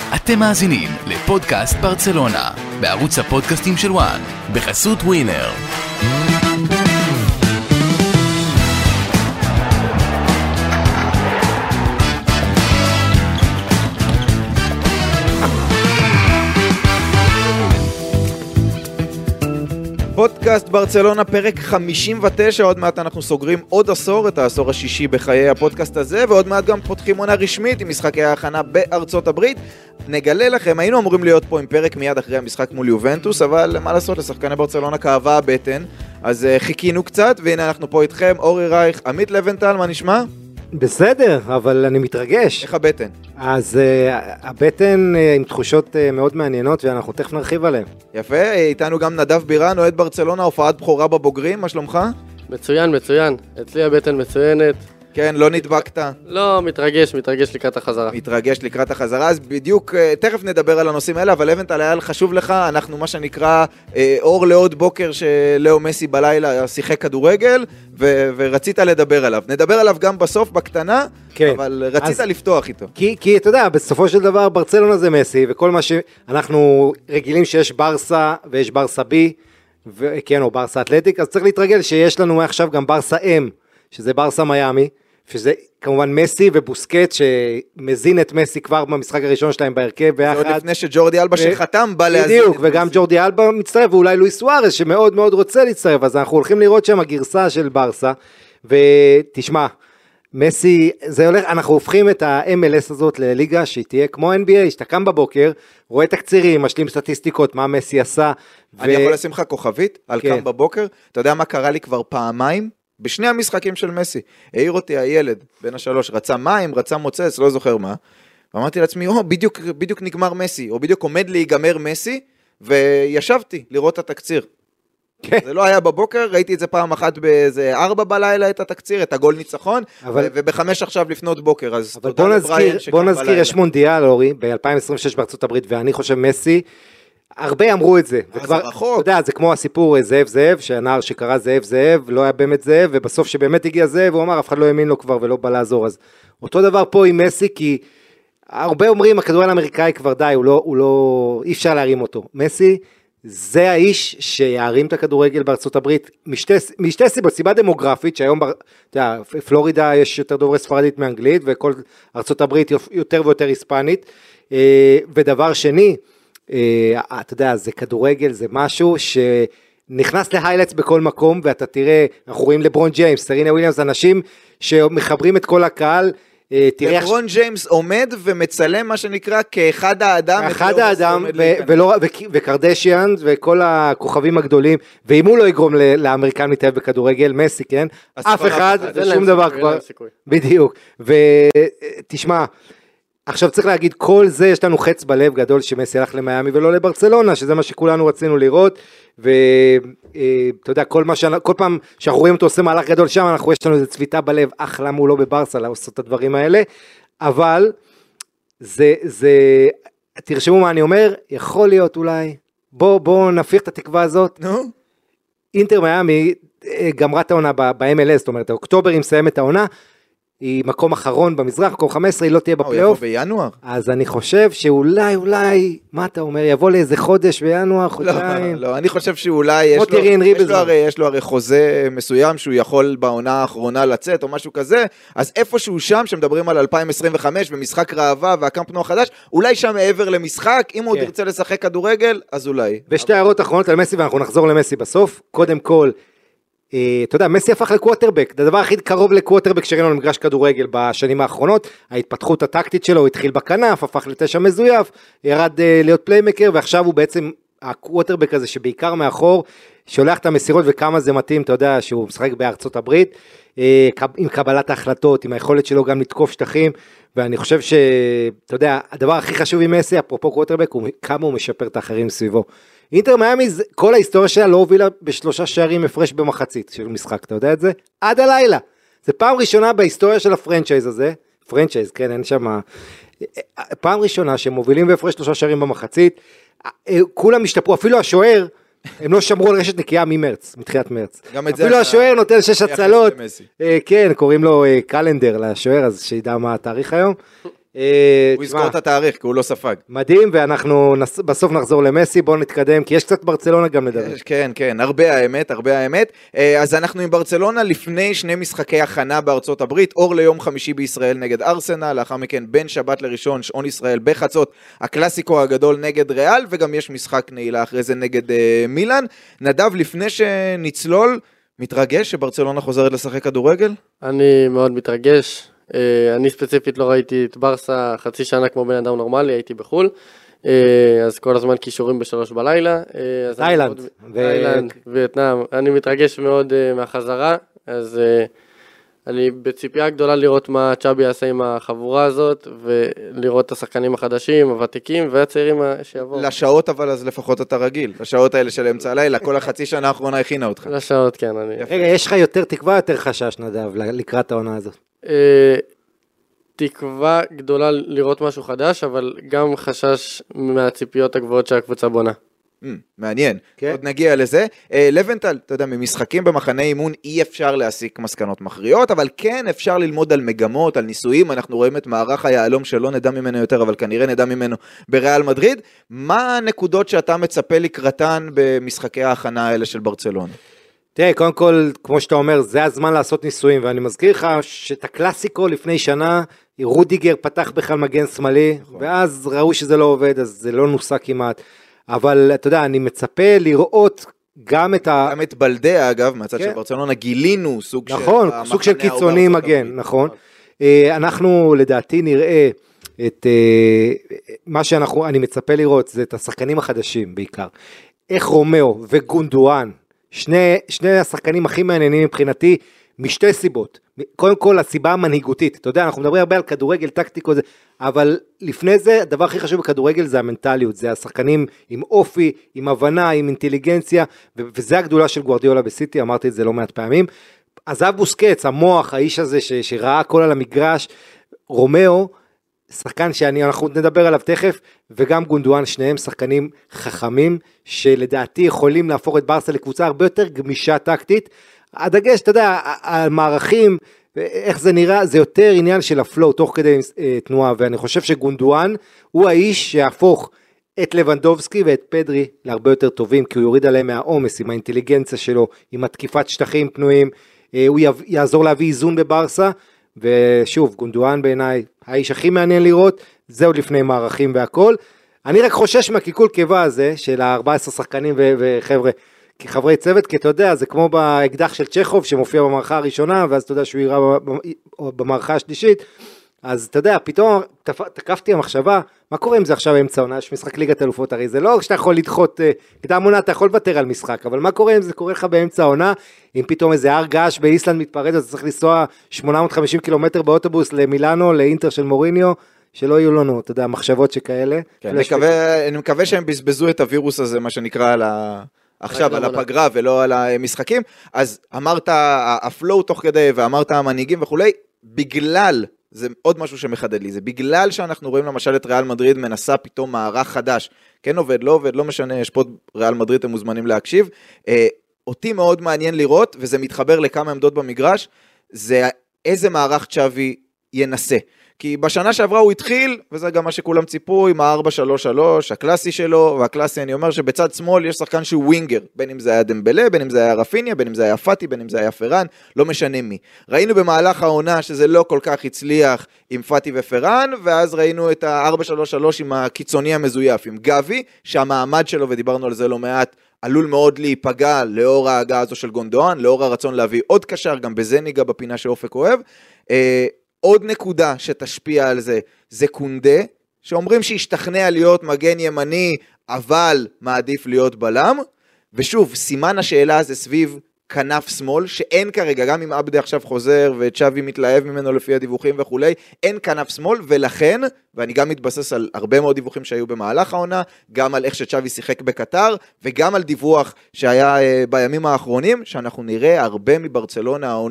אתם מאזינים לפודקאסט ברצלונה, בערוץ הפודקאסטים של וואן, בחסות ווינר. פודקאסט ברצלונה, פרק 59, עוד מעט אנחנו סוגרים עוד עשור, את העשור השישי בחיי הפודקאסט הזה, ועוד מעט גם פותחים עונה רשמית עם משחקי ההכנה בארצות הברית. נגלה לכם, היינו אמורים להיות פה עם פרק מיד אחרי המשחק מול יובנטוס, אבל מה לעשות, לשחקני ברצלונה כאבה הבטן, אז חיכינו קצת, והנה אנחנו פה איתכם, אורי רייך, עמית לבנטל, מה נשמע? בסדר, אבל אני מתרגש. איך הבטן? אז הבטן עם תחושות מאוד מעניינות, ואנחנו תכף נרחיב עליהן. יפה, איתנו גם נדב בירן, אוהד ברצלונה, הופעת בחורה בבוגרים, מה שלומך? מצוין, מצוין. אצלי הבטן מצוינת. כן, לא נדבקת? לא, מתרגש לקראת החזרה. מתרגש לקראת החזרה, אז בדיוק, תכף נדבר על הנושאים האלה, אבל לבנטל היה חשוב לך, אנחנו מה שנקרא אור לעוד בוקר שלאו מסי בלילה שיחק כדורגל, ורצית לדבר עליו. נדבר עליו גם בסוף, בקטנה, כן. אבל רצית לפתוח איתו. כי אתה יודע, בסופו של דבר ברצלונה זה מסי, וכל מה שאנחנו רגילים שיש ברסה ויש ברסה בי, וכן, או ברסה אתלטיק, אז צריך להתרגל שיש לנו עכשיו גם ברסה אם, שזה ברסה מיאמי, שזה כמובן מסי ובוסקט, שמזין את מסי כבר במשחק הראשון שלהם בהרכב ביחד. עוד לפני שג'ורדי אלבה שחתם בא להזין את מסי. בדיוק, וגם ג'ורדי אלבה מצטרף, ואולי לואיס סוארז, שמאוד מאוד רוצה להצטרף, אז אנחנו הולכים לראות שם הגרסה של ברסה, ותשמע, מסי, זה הולך, אנחנו הופכים את ה-MLS הזאת לליגה, שהיא תהיה כמו NBA, שאתה קם בבוקר, רואה תקצירים, משלים סטטיסטיקות, מה מסי עשה. אני יכול לשים לך כוכבית על קם בבוקר, אתה יודע מה קרה לי כבר פעמיים? בשני המשחקים של מסי, העיר אותי הילד בין השלוש, רצה מים, רצה מוצץ, לא זוכר מה, ואמרתי לעצמי, בדיוק נגמר מסי, או בדיוק עומד להיגמר מסי, וישבתי לראות את התקציר. זה לא היה בבוקר, ראיתי את זה פעם אחת באיזה 4 בלילה את התקציר, את הגול ניצחון, וב5 עכשיו לפנות בוקר, אז תודה לבריין שקם בלילה. בוא נזכיר, יש מונדיאל, אורי, ב-2026 בארצות הברית, ואני חושב מסי, הרבה אמרו את זה, וכבר, אתה יודע, זה כמו הסיפור זאב, שהנער שקרא זאב, לא היה באמת זאב, ובסוף שבאמת הגיע זאב, הוא אמר, אף אחד לא האמין לו כבר ולא בא לעזור, אז אותו דבר פה עם מסי, כי הרבה אומרים, הכדורגל האמריקאי כבר די, אי אפשר להרים אותו, מסי, זה האיש שיערים את הכדורגל בארצות הברית, משתי סיבות, סיבה דמוגרפית, שהיום, אתה יודע, פלורידה יש יותר דוברי ספרדית מאנגלית, וכל ארצות הברית יותר ויותר היספנית, ודבר שני, אתה יודע, זה כדורגל, זה משהו שנכנס להיילייטס בכל מקום, ואתה תראה, אנחנו רואים לברון ג'יימס, סרינה וויליאמס, אנשים שמחברים את כל הקהל, לברון ג'יימס עומד ומצלם מה שנקרא כאחד האדם, וקרדשיאן וכל הכוכבים הגדולים, ואם הוא לא יגרום לאמריקן מתאהב בכדורגל, מסי, כן? אף אחד, שום דבר כבר, בדיוק, ותשמע, עכשיו צריך להגיד, כל זה יש לנו חץ בלב גדול שמסי הלך למיאמי ולא לברצלונה, שזה מה שכולנו רצינו לראות, ואתה יודע, כל פעם שאנחנו רואים אותו עושה מהלך גדול שם, יש לנו איזו צביטה בלב, למה הוא לא בברסה לעשות את הדברים האלה, אבל תרשמו מה אני אומר, יכול להיות אולי, בוא נפיח את התקווה הזאת, אינטר מיאמי גמרה את העונה ב-MLS, זאת אומרת, אוקטובר היא מסיים את העונה, היא מקום אחרון במזרח, מקום 15, היא לא תהיה בפלייאוף. יבוא בינואר. אז אני חושב שאולי, מה אתה אומר, יבוא לאיזה חודש בינואר, חודשיים. לא, אני חושב שאולי יש לו הרי חוזה מסוים, שהוא יכול בעונה האחרונה לצאת, או משהו כזה, אז איפשהו שם, שמדברים על 2025, במשחק ראווה, והקמפ נו החדש, אולי שם מעבר למשחק, אם הוא ירצה לשחק כדורגל, אז אולי. בשתי הערות אחרונות על מסי, ואנחנו נחזור למסי בסוף. קודם כל, אתה יודע, מסי הפך לקווטרבק, זה הדבר הכי קרוב לקווטרבק שראינו למגרש כדורגל בשנים האחרונות, ההתפתחות הטקטית שלו, התחיל בכנף, הפך לתשע מזויף, ירד להיות פליימקר, ועכשיו הוא בעצם הקווטרבק הזה שבעיקר מאחור, שולח את המסירות וכמה זה מתאים, אתה יודע, שהוא משחק בארצות הברית, עם קבלת ההחלטות, עם היכולת שלו גם לתקוף שטחים, ואני חושב שאתה יודע, הדבר הכי חשוב עם מסי, אפרופו קווטרבק, הוא כמה הוא משפר את האחרים סביבו. אינטר מיאמי, כל ההיסטוריה שלה לא הובילה ב3 שערים הפרש במחצית של משחק, אתה יודע את זה? עד הלילה. זה פעם ראשונה בהיסטוריה של הפרנצ'ייז הזה, פרנצ'ייז, כן, אין שם, פעם ראשונה שהם מובילים בהפרש 3 שערים במחצית, כולם השתפרו, אפילו השוער, הם לא שמרו על רשת נקייה מתחילת מרץ. אפילו השוער נותן 6 הצלות, כן, קוראים לו קלנדר לשוער, אז שידע מה התאריך היום. הוא יזכור את התאריך, כי הוא לא ספג. מדהים, ואנחנו בסוף נחזור למסי, בואו נתקדם, כי יש קצת ברצלונה גם לדבר. כן, כן, הרבה האמת. אז אנחנו עם ברצלונה לפני 2 משחקי הכנה בארצות הברית, אור ליום חמישי בישראל נגד ארסנל, לאחר מכן בין שבת לראשון, שעון ישראל בחצות, הקלאסיקו הגדול נגד ריאל, וגם יש משחק נעילה אחרי זה נגד מילאן. נדב, לפני שנצלול, מתרגש שברצלונה חוזרת לשחק כדורגל? אני מאוד מתרגש. אני ספציפית לא ראיתי את ברסה חצי שנה כמו בן אדם נורמלי, הייתי בחול, אז כל הזמן קישורים ב3 בלילה. תאילנד. וייטנאם. אני מתרגש מאוד מהחזרה, אז אני בציפייה גדולה לראות מה צ'אבי יעשה עם החבורה הזאת, ולראות את השחקנים החדשים, הוותיקים והצעירים שיבואו. לשעות אבל אז לפחות אתה רגיל, לשעות האלה של אמצע הלילה, כל החצי שנה האחרונה הכינה אותך. לשעות, כן. רגע, יש לך יותר תקווה, יותר חשש, נדב, לקראת העונה הזאת? תקווה גדולה לראות משהו חדש, אבל גם חשש מהציפיות הגבוהות שהקבוצה בונה. מעניין, עוד נגיע לזה. לבנטל, אתה יודע, ממשחקים במחנה אימון אי אפשר להסיק מסקנות מכריעות, אבל כן אפשר ללמוד על מגמות, על ניסויים. אנחנו רואים את מערך היעלום שלא נדע ממנו יותר, אבל כנראה נדע ממנו בריאל מדריד. מה הנקודות שאתה מצפה לקראתן במשחקי ההכנה האלה של ברצלונה? תראה, קודם כל, כמו שאתה אומר, זה הזמן לעשות ניסויים, ואני מזכיר לך שאת הקלאסיקו לפני שנה, רודיגר פתח בכלל מגן שמאלי, ואז ראו שזה לא עובד, אז זה לא נוסע כמעט. אבל אתה יודע, אני מצפה לראות גם את גם את בלדה, אגב, מהצד של ברצלונה, גילינו סוג של... נכון, סוג של קיצוני מגן, נכון. אנחנו לדעתי נראה את מה אני מצפה לראות, זה את השחקנים החדשים בעיקר. איך רומאו וגונדואן, שני השחקנים הכי מעניינים מבחינתי, משתי סיבות. קודם כל, הסיבה המנהיגותית. אתה יודע, אנחנו מדברים הרבה על כדורגל, טקטיקו, אבל לפני זה, הדבר הכי חשוב בכדורגל זה המנטליות. זה השחקנים עם אופי, עם הבנה, עם אינטליגנציה, וזה הגדולה של גוארדיולה בסיטי, אמרתי את זה לא מעט פעמים. עזב בוסקץ, המוח, האיש הזה שראה הכל על המגרש, רומאו, שחקן שאנחנו נדבר עליו תכף, וגם גונדואן, שניהם שחקנים חכמים, שלדעתי יכולים להפוך את ברסה לקבוצה הרבה יותר גמישה טקטית. הדגש, אתה יודע, המערכים, איך זה נראה, זה יותר עניין של הפלואו, תוך כדי תנועה, ואני חושב שגונדואן הוא האיש שיהפוך את לבנדובסקי ואת פדרי להרבה יותר טובים, כי הוא יוריד עליהם מהעומס, עם האינטליגנציה שלו, עם התקיפת שטחים פנויים, הוא יעזור להביא איזון בברסה, ושוב, גונדואן בעיניי, האיש הכי מעניין לראות, זה עוד לפני מערכים והכל. אני רק חושש מהקיקול קיבה הזה, של 14 שחקנים וחבר'ה, כחברי צוות, כי אתה יודע, זה כמו באקדח של צ'כוב, שמופיע במערכה הראשונה, ואז אתה יודע שהוא יראה במערכה השלישית, אז אתה יודע, פתאום תקפתי המחשבה, מה קורה אם זה עכשיו אמצע עונה, יש משחק ליגת אלופות, הרי זה לא שאתה יכול לדחות, קדם עונה אתה יכול לוותר על משחק, אבל מה קורה אם זה קורה לך באמצע העונה, אם פתאום איזה הר געש באיסלנד מתפרץ, אז צריך לנסוע 850 קילומטר באוטובוס למילאנו, לאינטר של מוריניו, שלא יהיו לנו, אתה יודע, מחשבות שכאלה. כן, אני מקווה שהם בזבזו את הווירוס הזה, מה שנקרא עכשיו על הפגרה ולא על המשחקים. אז אמרת הפלואו תוך כדי, ואמרת המנהיגים וכולי, בגלל, זה עוד משהו שמחדד לי, זה בגלל שאנחנו רואים למשל את ריאל מדריד מנסה פתאום מערך חדש, כן עובד, לא עובד, לא משנה, יש פה ריאל מדריד, הם מוזמנים להקשיב, אותי מאוד מעניין לראות, וזה מתחבר לכמה עמדות במגרש, זה איזה מערך צ'אבי ינסה. כי בשנה שעברה הוא התחיל, וזה גם מה שכולם ציפו, עם ה-4-3-3, הקלאסי שלו, והקלאסי אני אומר שבצד שמאל יש שחקן שהוא ווינגר, בין אם זה היה דמבלה, בין אם זה היה רפיניה, בין אם זה היה פאטי, בין אם זה היה פרן, לא משנה מי. ראינו במהלך העונה שזה לא כל כך הצליח עם פאטי ופרן, ואז ראינו את ה-4-3-3 עם הקיצוני המזויף, עם גבי, שהמעמד שלו, ודיברנו על זה לא מעט, עלול מאוד להיפגע לאור ההגעה הזו של גונדואן, לאור הרצון להביא עוד קשר, גם בזה ניגע בפינה שאופק אוהב. עוד נקודה שתשפיע על זה, זה קונדה, שאומרים שישתכנע להיות מגן ימני, אבל מעדיף להיות בלם, ושוב, סימן השאלה הזה סביב כנף שמאל, שאין כרגע, גם אם עבדי עכשיו חוזר, וצ'אבי מתלהב ממנו לפי הדיווחים וכולי, אין כנף שמאל, ולכן, ואני גם מתבסס על הרבה מאוד דיווחים שהיו במהלך העונה, גם על איך שצ'אבי שיחק בקטר, וגם על דיווח שהיה בימים האחרונים, שאנחנו נראה הרבה מברצלונה העונה,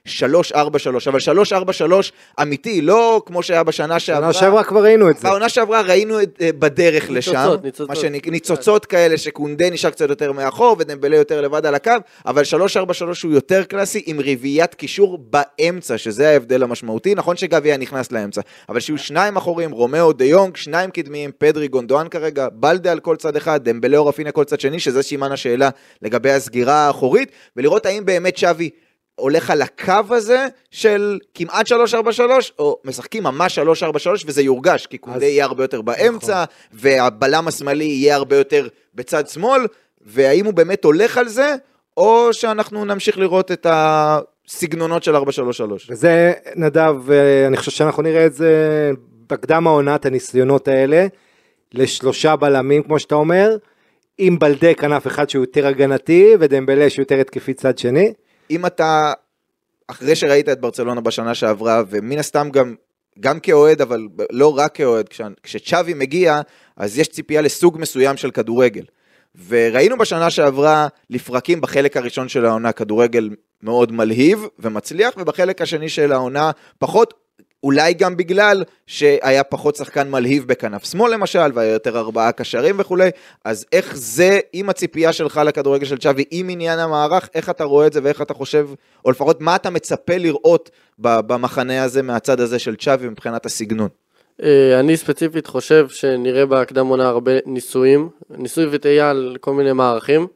3-4-3, אבל 3-4-3 אמיתי, לא כמו שהיה בשנה שעברה. שנה שעברה כבר ראינו את זה. בעונה שעברה ראינו בדרך לשם, ניצוצות כאלה שקונדה נשאר קצת יותר מאחור, ודמבלה יותר לבד על הקו, אבל 3-4-3 הוא יותר קלאסי, עם רביעיית קישור באמצע, שזה ההבדל המשמעותי, נכון שגביה נכנס לאמצע, אבל שיהיו שניים אחורים, רומאו דיונג, שניים קדמיים, פדרי גונדואן כרגע, בלדה על כל צד אחד, דמבלה או רפיניה כל צד שני, שזה סימן השאלה לגבי הסגירה האחורית, ולראות האם באמת שווי הולך על הקו הזה של כמעט 3-4-3, או משחקים ממש 3-4-3, וזה יורגש, כי קונדה יהיה הרבה יותר באמצע, והבלם השמאלי יהיה הרבה יותר בצד שמאל, והאם הוא באמת הולך על זה, או שאנחנו נמשיך לראות את הסגנונות של 4-3-3. וזה נדב, אני חושב שאנחנו נראה את זה בקדם העונת, הניסיונות האלה, לשלושה בלמים, כמו שאתה אומר, עם בלדה כנף אחד שהוא יותר הגנתי, ודמבלה שהוא יותר התקפי צד שני. אם אתה, אחרי שראית את ברצלונה בשנה שעברה, ומן הסתם גם כאוהד, אבל לא רק כאוהד, כשצ'אבי מגיע, אז יש ציפייה לסוג מסוים של כדורגל. וראינו בשנה שעברה לפרקים בחלק הראשון של העונה, כדורגל מאוד מלהיב ומצליח, ובחלק השני של העונה פחות, אולי גם בגלל שהיה פחות שחקן מלהיב בכנף שמאל למשל, והיה יותר 4 קשרים וכו'. אז איך זה, עם הציפייה שלך לכדורגל של צ'אבי, עם עניין המערך, איך אתה רואה את זה ואיך אתה חושב, או לפחות מה אתה מצפה לראות במחנה הזה, מהצד הזה של צ'אבי מבחינת הסגנון? אני ספציפית חושב שנראה בהקדם עונה הרבה ניסוי וטעייה על כל מיני מערכים.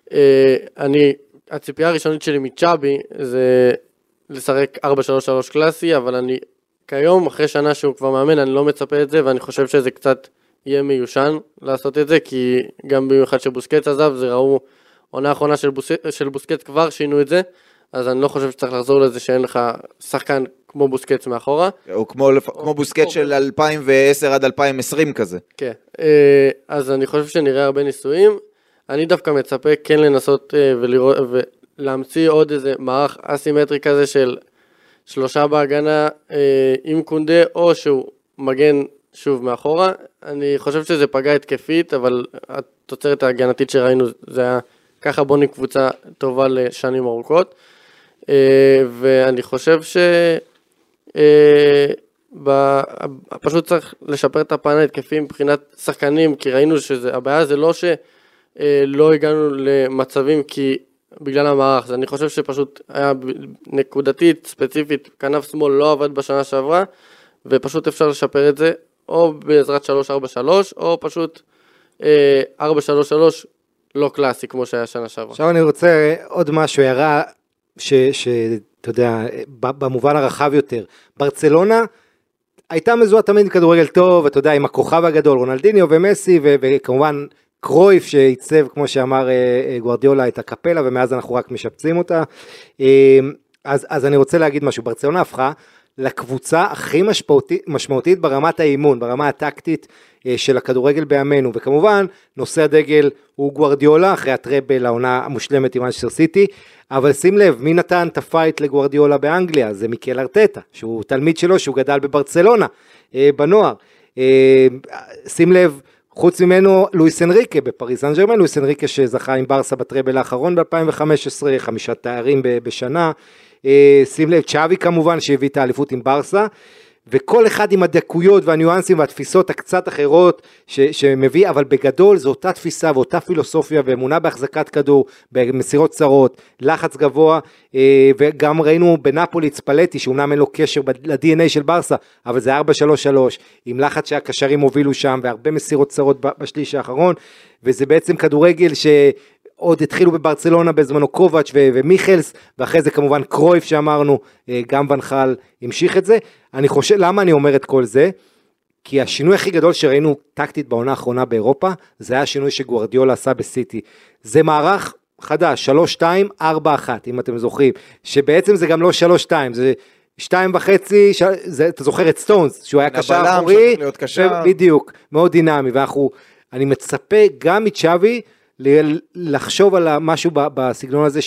הציפייה הראשונית שלי מצ'אבי זה לשחק 4-3-3 קלאסי, אבל אני כיום, אחרי שנה שהוא כבר מאמן, אני לא מצפה את זה, ואני חושב שזה קצת יהיה מיושן לעשות את זה, כי גם במיוחד שבוסקץ עזב, זה ראו עונה האחרונה של בוסקץ כבר שינו את זה, אז אני לא חושב שצריך לחזור לזה שאין לך שחקן כמו בוסקץ מאחורה. או כמו בוסקץ של 2010 עד 2020 כזה. כן, אז אני חושב שנראה הרבה ניסויים, אני דווקא מצפה כן לנסות ולהמציא עוד איזה מערך אסימטרי כזה של 3 בהגנה עם קונדה, או שהוא מגן שוב מאחורה. אני חושב שזה פגע התקפית, אבל התוצרת ההגנתית שראינו, זה היה ככה בונים קבוצה טובה לשנים ארוכות, ואני חושב פשוט צריך לשפר את הפן ההתקפי מבחינת שחקנים, כי ראינו שהבעיה זה לא שלא הגענו למצבים כי בגלל המערך, אז אני חושב שפשוט היה נקודתית, ספציפית, כנף שמאל לא עבד בשנה שעברה, ופשוט אפשר לשפר את זה, או בעזרת 3-4-3, או פשוט 4-3-3 לא קלאסי, כמו שהיה שנה שעברה. עכשיו אני רוצה עוד משהו, הערה שאתה יודע, במובן הרחב יותר, ברצלונה הייתה מזוהה תמיד כדורגל טוב, אתה יודע, עם הכוכב הגדול, רונלדיניו ומסי, וכמובן קרויף שעיצב, כמו שאמר גוארדיולה, את הקפלה, ומאז אנחנו רק משפצים אותה. אז אני רוצה להגיד משהו, ברצלונה הפכה לקבוצה הכי משמעותית ברמת האימון, ברמה הטקטית של הכדורגל בימינו, וכמובן נושא הדגל הוא גוארדיולה, אחרי הטראבל, העונה המושלמת עם מנצ'סטר סיטי, אבל שים לב, מי נתן את הפייט לגוארדיולה באנגליה? זה מיקל ארטטה, שהוא תלמיד שלו, שהוא גדל בברצלונה, בנוער. שים לב, חוץ ממנו לואיס אנריקה בפריז סן ז'רמן, לואיס אנריקה שזכה עם ברסה בטראבל האחרון ב-2015, 5 תארים בשנה, שים לב, צ'אבי כמובן שהביא את האליפות עם ברסה, וכל אחד עם הדקויות והניואנסים והתפיסות הקצת אחרות שמביא, אבל בגדול זו אותה תפיסה ואותה פילוסופיה ואמונה בהחזקת כדור, במסירות צרות, לחץ גבוה, וגם ראינו בנפולי ספלטי, שאומנם אין לו קשר ל-DNA של ברסה, אבל זה 4-3-3, עם לחץ שהקשרים הובילו שם, והרבה מסירות צרות בשליש האחרון, וזה בעצם כדורגל עוד התחילו בברצלונה בזמנו קובץ' ומיכלס, ואחרי זה כמובן קרויף שאמרנו, גם ונחל המשיך את זה. אני חושב, למה אני אומר את כל זה? כי השינוי הכי גדול שראינו טקטית בעונה האחרונה באירופה, זה היה השינוי שגוארדיולה עשה בסיטי. זה מערך חדש, 3-2-4-1, אם אתם זוכרים, שבעצם זה גם לא 3-2, זה 2.5, אתה זוכר את סטונס, שהוא היה קשר אחורי, בדיוק, מאוד דינמי, ואני מצפה גם מצ'אבי, לחשוב על משהו בסגנון הזה,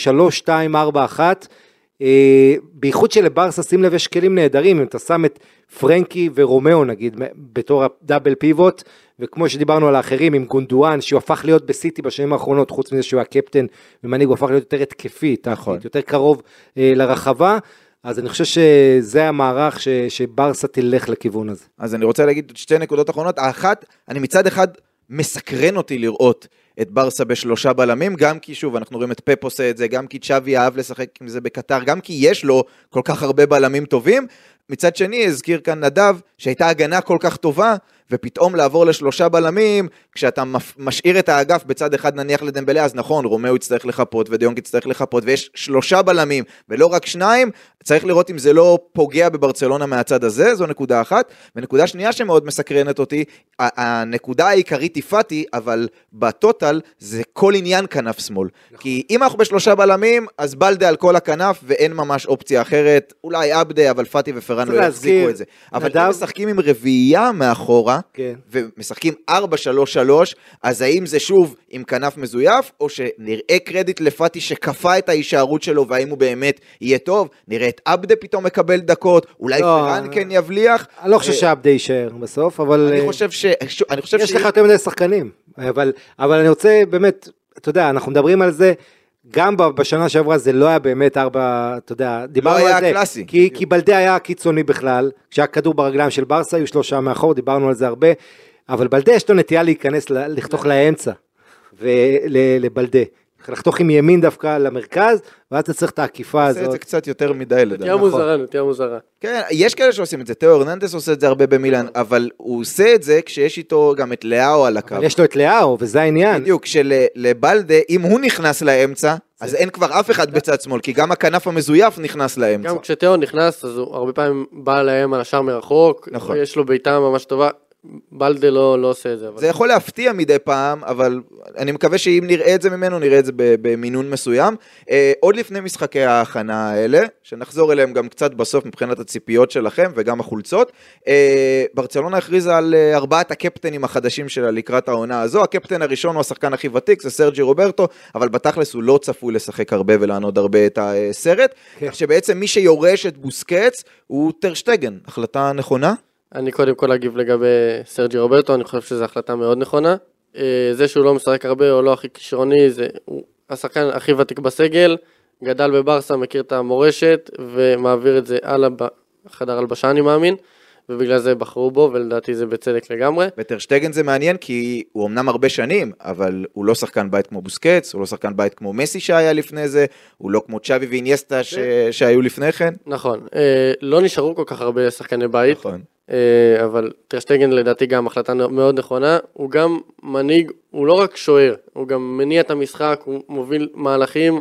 3-2-4-1, בייחוד שלברסה, שים לב, יש כלים נהדרים, אם אתה שם את פרנקי ורומאו נגיד, בתור הדאבל פיבוט, וכמו שדיברנו על האחרים, עם גונדואן, שהוא הפך להיות בסיטי בשנים האחרונות, חוץ מזה שהוא הקפטן ומנהיג, הוא הפך להיות יותר התקפי, יותר קרוב לרחבה, אז אני חושב שזה המערך שברסה תלך לכיוון הזה. אז אני רוצה להגיד שתי נקודות אחרונות. האחת, אני מצד אחד מסקרן אותי לראות את ברסה בשלושה בלמים, גם כי שוב, אנחנו רואים את פפ עושה את זה, גם כי צ'אבי אהב לשחק עם זה בקטר, גם כי יש לו כל כך הרבה בלמים טובים. מצד שני, הזכיר כאן נדב, שהייתה הגנה כל כך טובה, ופתאום לעבור לשלושה בלמים, כשאתה משאיר את האגף בצד אחד נניח לדמבלה, אז נכון, רומאו יצטרך לחפות, ודיונג יצטרך לחפות, ויש שלושה בלמים, ולא רק שניים, צריך לראות אם זה לא פוגע בברצלונה מהצד הזה, זו נקודה אחת, ונקודה שנייה שמאוד מסקרנת אותי, הנקודה העיקרית תפעתי, אבל בטוטל זה כל עניין כנף שמאל, כי אם אנחנו בשלושה בלמים, אז בלדה על כל הכנף, ואין ממש אופציה אחרת, אולי עבדה, אבל פאטי ופרן לא יחזיקו את זה, אבל אם משחקים עם רביעייה מאחורה, ומשחקים 4-3-3, אז האם זה שוב עם כנף מזויף, או שנראה קרדיט לפאטי שקפה את ההישארות שלו, והאם הוא באמת יהיה טוב, נראה את עבדה פתאום מקבל דקות, אולי פרן כן יבליח. אני לא חושב שעבדה יישאר בסוף, אבל... אני חושב יש לך יותר מדי שחקנים, אבל אני רוצה באמת, אתה יודע, אנחנו מדברים על זה, גם בשנה שעברה זה לא היה באמת ארבע, אתה יודע, דיברנו על זה, קלאסי. כי בלדה היה קיצוני בכלל, כשהיה כדור ברגליים של ברסה, היו שלושה מאחור, דיברנו על זה הרבה, אבל בלדה יש לו נטייה להיכנס, לחתוך לאמצע, ולבלדה, לחתוך עם ימין דווקא למרכז, ואז אתה צריך את העקיפה הזאת. זה קצת יותר מדי לדעת. נטייה מוזרה. כן, יש כאלה שעושים את זה, תאו הרננדס עושה את זה הרבה במילאן, אבל הוא עושה את זה כשיש איתו גם את לאו על הקו. יש לו את לאו, וזה העניין. בדיוק, כשלבלדה, אם הוא נכנס לאמצע, אז אין כבר אף אחד בצד שמאל, כי גם הכנף המזויף נכנס לאמצע. גם כשתאו נכנס, אז הוא הרבה פעמים בא להם על השאר מרחוק, יש לו ביתה ממש טובה, בלדה לא עושה את זה. זה יכול להפתיע מדי פעם, אבל אני מקווה שאם נראה את זה ממנו, נראה את זה במינון מסוים. עוד לפני משחקי ההכנה האלה, שנחזור אליהם גם קצת בסוף מבחינת הציפיות שלכם, וגם החולצות, ברצלונה הכריזה על 4 הקפטנים החדשים שלה לקראת העונה הזו. הקפטן הראשון הוא השחקן הכי ותיק, זה סרג'י רוברטו, אבל בתכלס הוא לא צפוי לשחק הרבה ולענוד הרבה את הסרט, כך שבעצם מי שיורש את בוסקץ הוא טר שטגן. החלטה נכונה? אני קודם כל אגיב לגבי סרג'י רוברטו, אני חושב שזו החלטה מאוד נכונה. זה שהוא לא משחק הרבה או לא הכי כישרוני, הוא השחקן הכי ותיק בסגל, גדל בברסה, מכיר את המורשת, ומעביר את זה הלאה בחדר הלבשה, אני מאמין, ובגלל זה בחרו בו, ולדעתי זה בצדק לגמרי. וטר שטגן זה מעניין, כי הוא אמנם הרבה שנים, אבל הוא לא שחקן בית כמו בוסקץ, הוא לא שחקן בית כמו מסי שהיה לפני זה, הוא לא כמו צ'אבי ואיניאסטה שהיו לפני כן. נכון, לא נשארו כל כך הרבה שחקני בית. נכון. אבל טר שטגן לדעתי גם החלטה מאוד נכונה, הוא גם מנהיג, הוא לא רק שוער, הוא גם מניע את המשחק, הוא מוביל מהלכים,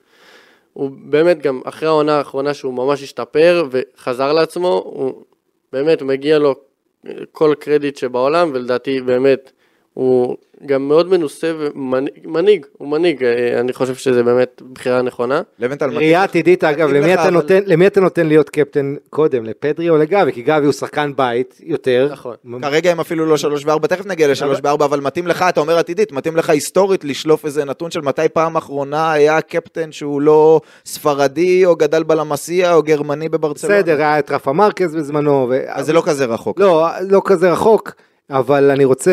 הוא באמת גם אחרי העונה האחרונה שהוא ממש השתפר וחזר לעצמו, הוא באמת מגיע לו כל קרדיט שבעולם, ולדעתי באמת הוא גם מאוד מנוסה ומנהיג, הוא מנהיג, אני חושב שזה באמת בחירה נכונה. ראייה עתידית אגב, למי אתה נותן להיות קפטן קודם, לפדרי או לגבי? כי גבי הוא שחקן בית יותר. נכון. כרגע הם אפילו לא 3-4, תכף נגיע ל-3-4, אבל מתאים לך, אתה אומר עתידית, מתאים לך היסטורית לשלוף איזה נתון של מתי פעם אחרונה היה קפטן שהוא לא ספרדי או גדל בלמסיה או גרמני בברצלונה. בסדר, היה את רפה מרקז בזמנו. אז זה לא כזה רחוק. לא כזה רחוק, אבל אני רוצה...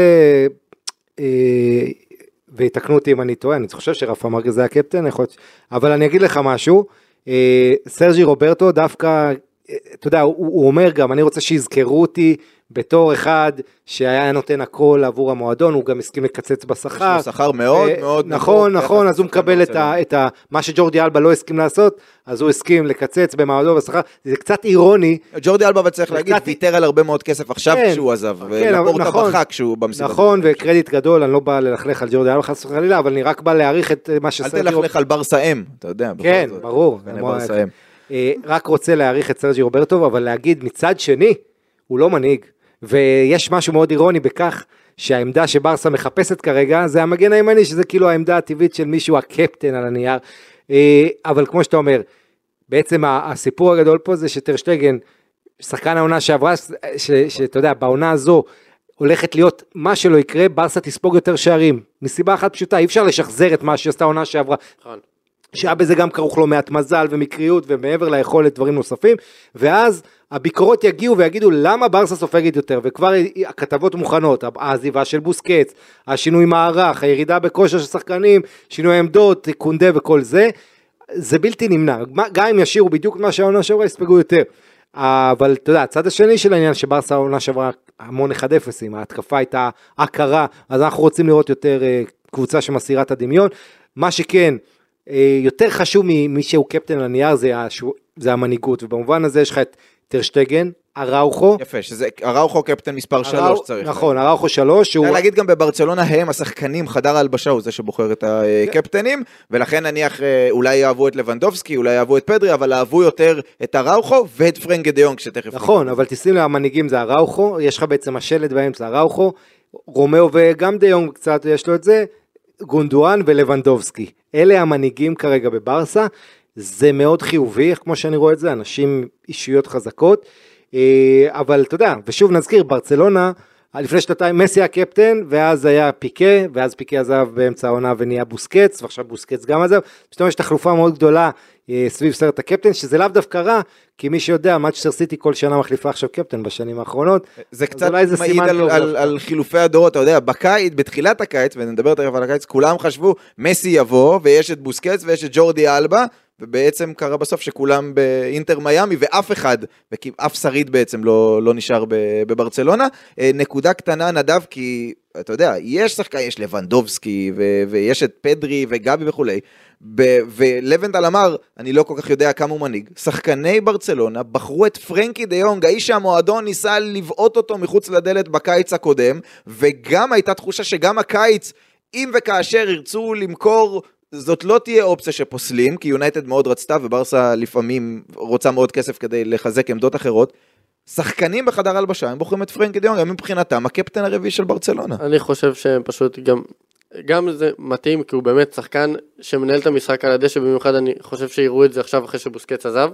ויתקנו אותי אם אני טועה, אני חושב שרפה מרקז זה הקפטן, אבל אני אגיד לך משהו, סרג'י רוברטו דווקא, אתה יודע, הוא אומר גם, אני רוצה שיזכרו אותי בתור אחד שהיה נותן הכל עבור המועדון, הוא גם הסכים לקצץ בשכר. יש לו שכר מאוד מאוד נכון, נכון, אז הוא מקבל את מה שג'ורדי אלבה לא הסכים לעשות, אז הוא הסכים לקצץ במועדון בשכר, זה קצת אירוני. ג'ורדי אלבה צריך להגיד, ויתר על הרבה מאוד כסף עכשיו כשהוא עזב, ולפורטה בכה כשהוא במסיבה. נכון, וקרדיט גדול, אני לא בא ללכלך על ג'ורדי אלבה חס וחלילה, אבל אני רק בא להעריך את מה שסרג'י... אל תלכלך על ברסה אם, אתה יודע. כן, ברור. רק רוצה להעריך את סרג'י רוברטו, אבל להגיד מצד שני, הוא לא מנהיג. ויש משהו מאוד אירוני בכך שהעמדה שברסה מחפשת כרגע זה המגן הימני, שזה כאילו העמדה הטבעית של מישהו הקפטן על הנייר, אבל כמו שאתה אומר, בעצם הסיפור הגדול פה זה שטר שטגן, שחקן העונה שעברה, שאתה יודע, בעונה הזו הולכת להיות מה שלא יקרה, ברסה תספוג יותר שערים, מסיבה אחת פשוטה, אי אפשר לשחזר את מה שעשתה העונה שעברה, שהיה בזה גם כרוך לו מעט מזל ומקריות ומעבר ליכולת דברים נוספים, ואז הביקורות יגיעו ויגידו למה ברסה סופגת יותר, וכבר הכתבות מוכנות, העזיבה של בוסקץ, השינוי מערך, הירידה בכושר של שחקנים, שינוי עמדות, קונדה וכל זה, זה בלתי נמנע, גם אם ישירו בדיוק מה שהעונה שעברה, יספגו יותר. אבל אתה יודע, הצד השני של העניין, שברסה העונה שעברה המון 1-0, ההתקפה הייתה הכרה, אז אנחנו רוצים לראות יותר קבוצה שמסירה את הדמיון. מה שכן, יותר חשוב ממי שהוא קפטן על הנייר, זה המנהיגות, ובמובן הזה יש לך את טרשטגן, אראוחו. יפה, שזה אראוחו קפטן מספר 3 צריך. נכון, אראוחו 3. אפשר להגיד גם בברצלונה הם השחקנים, חדר ההלבשה הוא זה שבוחר את הקפטנים, ולכן נניח אולי יאהבו את לבנדובסקי, אולי יאהבו את פדרי, אבל אהבו יותר את אראוחו ואת פרנק דה יונג שתכף. נכון, אבל תשים לה, המנהיגים זה אראוחו, יש לך בעצם השלט באמצע אראוחו, רומאו וגם דה יונג קצת יש לו את זה, גונדואן ולבנדובסקי. אלה המנהיגים כרגע בברסה, זה מאוד חיובי, כמו שאני רואה את זה, אנשים אישיות חזקות, אבל אתה יודע, ושוב נזכיר, ברצלונה, לפני שנתיים מסי הקפטן, ואז היה פיקה, ואז פיקה עזב באמצע העונה ונהיה בוסקץ, ועכשיו בוסקץ גם עזב, פתאום יש תחלופה מאוד גדולה סביב סרט הקפטן, שזה לאו דווקא רע, כי מי שיודע, מנצ'סטר סיטי כל שנה מחליפה עכשיו קפטן בשנים האחרונות, זה קצת מעיד על חילופי הדורות, אתה יודע, בקיץ, בתחילת הקיץ, ונדבר תכף על הקיץ, כולם חשבו, מסי יבוא, ויש את בוסקץ, ויש את ג'ורדי אלבה, ובעצם קרה בסוף שכולם באינטר מיאמי, ואף אחד, ואף שריד בעצם לא נשאר בברצלונה. נקודה קטנה נדב, כי אתה יודע, יש שחקן, יש לבנדובסקי, ויש את פדרי וגבי וכולי, ולבנדל אמר, אני לא כל כך יודע כמה הוא מנהיג, שחקני ברצלונה בחרו את פרנקי דה יונג, האיש שהמועדון ניסה לבעוט אותו מחוץ לדלת בקיץ הקודם, וגם הייתה תחושה שגם הקיץ, אם וכאשר ירצו למכור, זאת לא תהיה אופציה שפוסלים, כי יונייטד מאוד רצתה, וברסה לפעמים רוצה מאוד כסף כדי לחזק עמדות אחרות. שחקנים בחדר הלבשה, הם בוחרים את פרנקי דה יונג, הם מבחינתם הקפטן הרביעי של ברצלונה. אני חושב שהם פשוט גם זה מתאים, כי הוא באמת שחקן שמנהל את המשחק על הדשא, במיוחד אני חושב שיראו את זה עכשיו אחרי שבוסקץ עזב.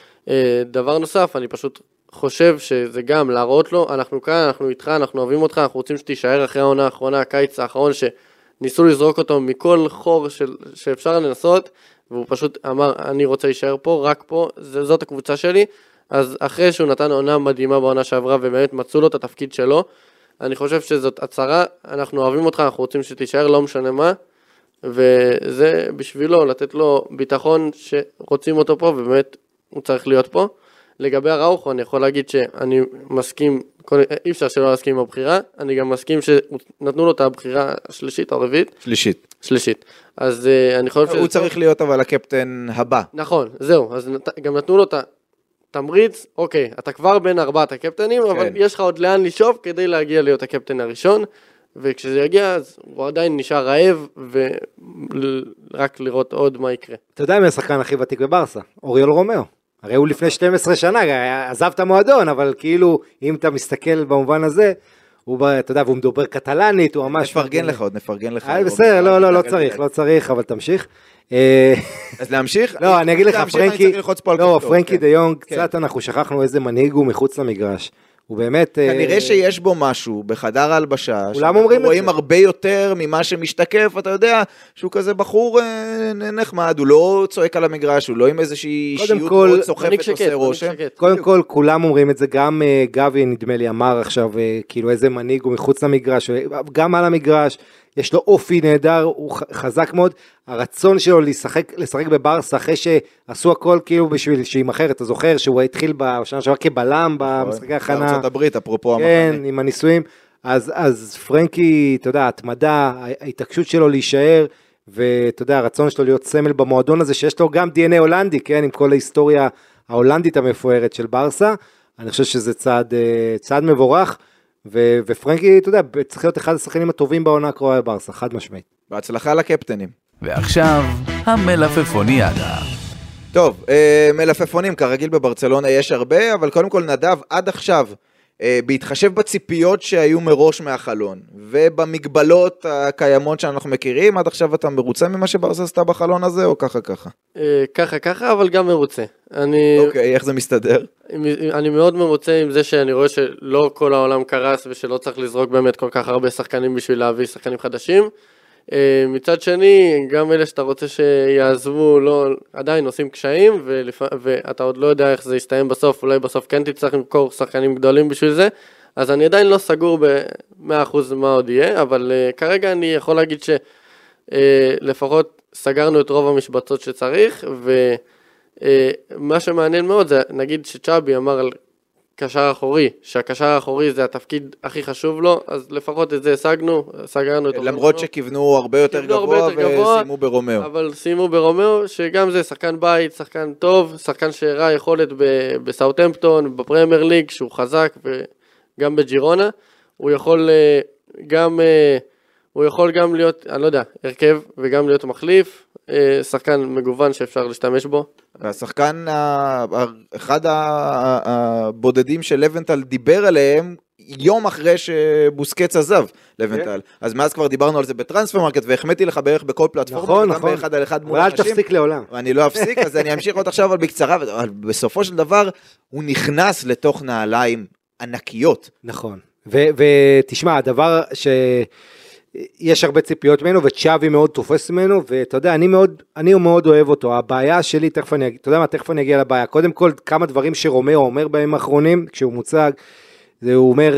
דבר נוסף, אני פשוט חושב שזה גם להראות לו, אנחנו כאן, אנחנו איתך, אנחנו אוהבים אותך, אנחנו רוצים שתישאר אחרי העונה האחרונה, הקיץ האחרון ניסו לזרוק אותו מכל חור שאפשר לנסות, והוא פשוט אמר, אני רוצה להישאר פה, רק פה, זאת הקבוצה שלי, אז אחרי שהוא נתן עונה מדהימה בעונה שעברה, ובאמת מצאו לו את התפקיד שלו, אני חושב שזאת הצהרה, אנחנו אוהבים אותך, אנחנו רוצים שתישאר, לא משנה מה, וזה בשבילו, לתת לו ביטחון שרוצים אותו פה, ובאמת הוא צריך להיות פה. לגבי אראוחו, אני יכול להגיד שאני מסכים, אי אפשר שלא להסכים עם הבחירה, אני גם מסכים שנתנו לו את הבחירה השלישית או הרביעית. שלישית. אז אני חושב הוא צריך להיות אבל הקפטן הבא. נכון, זהו, אז גם נתנו לו את התמריץ, אוקיי, אתה כבר בין 4 הקפטנים, אבל יש לך עוד לאן לשאוף כדי להגיע להיות הקפטן הראשון, וכשזה יגיע, אז הוא עדיין נשאר רעב, ורק לראות עוד מה יקרה. אתה יודע מי השחקן הכי ותיק בברסה? אוריול רומאו. הרי הוא לפני 12 שנה, עזב את המועדון, אבל כאילו, אם אתה מסתכל במובן הזה, אתה יודע, והוא מדבר קטלנית, הוא ממש... נפרגן לך. בסדר, לא צריך, אבל תמשיך. אז להמשיך? לא, אני אגיד לך, פרנקי דה יונג, קצת אנחנו שכחנו איזה מנהיג הוא מחוץ למגרש. הוא באמת... כנראה שיש בו משהו בחדר ההלבשה, שאנחנו רואים הרבה יותר ממה שמשתקף, אתה יודע, שהוא כזה בחור נחמד, הוא לא צועק על המגרש, הוא לא עם איזושהי אישיות מאוד סוחפת עושה רושם. קודם כל, כולם אומרים את זה, גם גבי נדמה לי אמר עכשיו, כאילו איזה מנהיג הוא מחוץ למגרש, גם על המגרש, יש לו אופי נהדר, הוא חזק מאוד, הרצון שלו לשחק בברסה, אחרי שעשו הכל כאילו בשביל שימחר, אתה זוכר שהוא התחיל בשנה שעברה כבלם במשחקי הכנה. בארצות הברית, אפרופו המחנה. כן, עם הניסויים, אז פרנקי, אתה יודע, התמדה, ההתעקשות שלו להישאר, ואתה יודע, הרצון שלו להיות סמל במועדון הזה, שיש לו גם DNA הולנדי, כן, עם כל ההיסטוריה ההולנדית המפוארת של ברסה, אני חושב שזה צעד מבורך, ופרנקי, אתה יודע, צריך להיות אחד השחקנים הטובים בעונה הקרובה בברסה, חד משמעית. בהצלחה לקפטנים. ועכשיו, המלפפוניאדה. טוב, מלפפונים, כרגיל בברצלונה יש הרבה, אבל קודם כל נדב, עד עכשיו, בהתחשב בציפיות שהיו מראש מהחלון, ובמגבלות הקיימות שאנחנו מכירים, עד עכשיו אתה מרוצה ממה שברסה עשתה בחלון הזה, או ככה? ככה, אבל גם מרוצה. אוקיי, איך זה מסתדר? אני מאוד מרוצה עם זה שאני רואה שלא כל העולם קרס, ושלא צריך לזרוק באמת כל כך הרבה שחקנים בשביל להביא שחקנים חדשים. מצד שני, גם אלה שאתה רוצה שיעזבו, עדיין עושים קשיים, ואתה עוד לא יודע איך זה יסתיים בסוף, אולי בסוף כן תצטרך למכור שחקנים גדולים בשביל זה, אז אני עדיין לא סגור ב-100% מה עוד יהיה, אבל כרגע אני יכול להגיד שלפחות סגרנו את רוב המשבצות שצריך, ומה שמעניין מאוד זה, נגיד שצ'אבי אמר על קשר אחורי, שהקשר האחורי זה התפקיד הכי חשוב לו, אז לפחות את זה סגרנו את למרות שכיוונו הרבה יותר גבוה וסיימו ברומאו. אבל סיימו ברומאו, שגם זה שחקן בית, שחקן טוב, שחקן שהראה יכולת בסאוטהמפטון, בפרמייר ליג, שהוא חזק, וגם בג'ירונה, הוא יכול גם להיות, אני לא יודע, הרכב וגם להיות מחליף, שחקן מגוון שאפשר להשתמש בו. והשחקן, אחד הבודדים של לבנטל דיבר עליהם, יום אחרי שבוסקץ עזב לבנטל. אז מאז כבר דיברנו על זה בטרנספר מרקט, והחמאתי לך בערך בכל פלטפורמה, גם באחד על אחד מול אנשים. אל תפסיק לעולם. אני לא אפסיק, אז אני אמשיך עוד עכשיו בקצרה, אבל בסופו של דבר, הוא נכנס לתוך נעליים ענקיות. נכון. ותשמע, הדבר יש הרבה ציפיות ממנו, וצ'אבי מאוד תופס ממנו, ואתה יודע, אני מאוד אוהב אותו. הבעיה שלי, תכף אני אגיע לבעיה. קודם כל, כמה דברים שרומאו אומר בימים האחרונים, כשהוא מוצג, הוא אומר,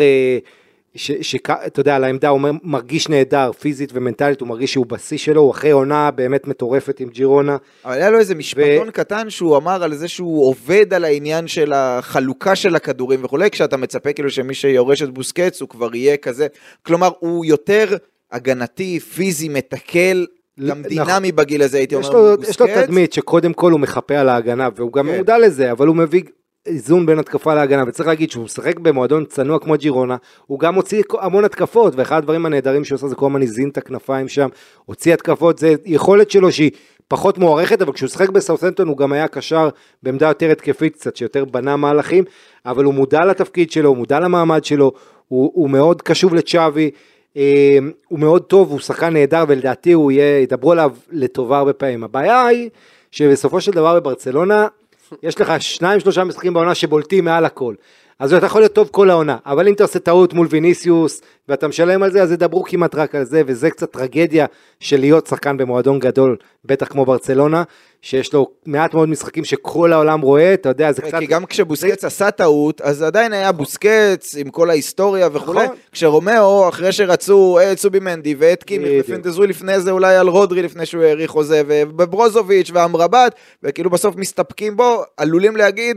אתה יודע, על העמדה, הוא אומר, מרגיש נהדר, פיזית ומנטלית, הוא מרגיש שהוא בשיא שלו, הוא אחרי עונה באמת מטורפת עם ג'ירונה. אבל היה לו איזה משפטון קטן, שהוא אמר על זה שהוא עובד על העניין של החלוקה של הכדורים וכו', כשאתה מצפה כאילו שמי שיורש את בוסקץ, הוא כבר יהיה כזה, כלומר, הוא יותר הגנתי, פיזי, מתקל, גם דינמי בגיל הזה, הייתי אומר, יש לו תדמית שקודם כל הוא מחפה על ההגנה, והוא גם מודע לזה, אבל הוא מביא איזון בין התקפה להגנה, וצריך להגיד שהוא משחק במועדון צנוע כמו ג'ירונה, הוא גם הוציא המון התקפות, ואחד הדברים הנהדרים שהוא עושה זה כל הזמן הזין את הכנפיים שם, הוציא התקפות, זה יכולת שלו שהיא פחות מוערכת, אבל כשהוא שחק בסאות'המפטון הוא גם היה קשר בעמדה יותר התקפית קצת, שיותר בנה מהלכים, אבל הוא מודע לתפקיד שלו, הוא מודע למעמד שלו, הוא מאוד קשוב לצ'אבי, הוא מאוד טוב, הוא שחקן נהדר, ולדעתי הוא ידברו עליו לטובה הרבה פעמים. הבעיה היא שבסופו של דבר בברצלונה, יש לך 2-3 משחקים בעונה שבולטים מעל הכל. אז אתה יכול להיות טוב כל העונה, אבל אם אתה עושה טעות מול ויניסיוס, ואתה משלם על זה, אז ידברו כמעט רק על זה, וזה קצת טרגדיה של להיות שחקן במועדון גדול, בטח כמו ברצלונה, שיש לו מעט מאוד משחקים שכל העולם רואה, אתה יודע, זה קצת... כי גם כשבוסקץ עשה טעות, אז עדיין היה בוסקץ עם כל ההיסטוריה וכו'. כשרומאו, אחרי שרצו את סובימנדי ואת קימי, ופנטזו לפני זה אולי על רודרי, לפני שהוא העריך חוזה, ובברוזוביץ' ואמרבת, וכאילו בסוף מסתפקים בו, עלולים להגיד,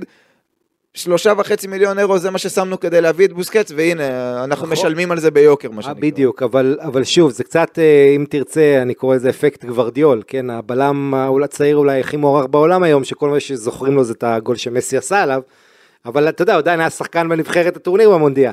3.5 מיליון אירו זה מה ששמנו כדי להביא את בוסקץ, והנה, אנחנו משלמים על זה ביוקר, מה שנקרא. בדיוק, אבל שוב, זה קצת, אם תרצה, אני קורא לזה אפקט גוורדיול, כן, הבלם הצעיר אולי הכי מוערך בעולם היום, שכל מה שזוכרים לו זה את הגול שמסי עשה עליו, אבל אתה יודע, עדיין היה שחקן בנבחרת הטורניר במונדיאל,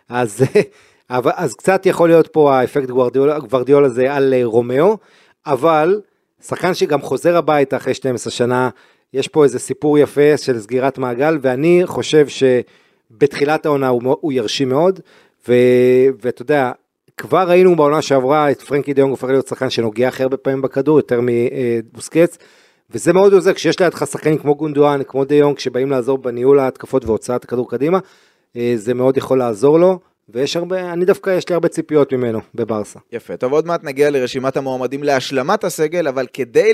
אז קצת יכול להיות פה האפקט גוורדיול הזה על רומאו, אבל שחקן שגם חוזר הביתה אחרי 12 שנה, יש פה איזה סיפור יפה של סגירת מעגל, ואני חושב שבתחילת העונה הוא ירשי מאוד, ואתה יודע, כבר ראינו בעונה שעברה את פרנקי דיונג הופך להיות שחקן שנוגע הכי הרבה פעמים בכדור, יותר מבוסקץ, וזה מאוד עוזר, כשיש לידך שחקנים כמו גונדואן, כמו דיונג, שבאים לעזור בניהול ההתקפות והוצאת הכדור קדימה, זה מאוד יכול לעזור לו, ויש הרבה, אני דווקא יש לי הרבה ציפיות ממנו בברסה. יפה, טוב, עוד מעט נגיע לרשימת המועמדים להשלמת הסגל, אבל כדי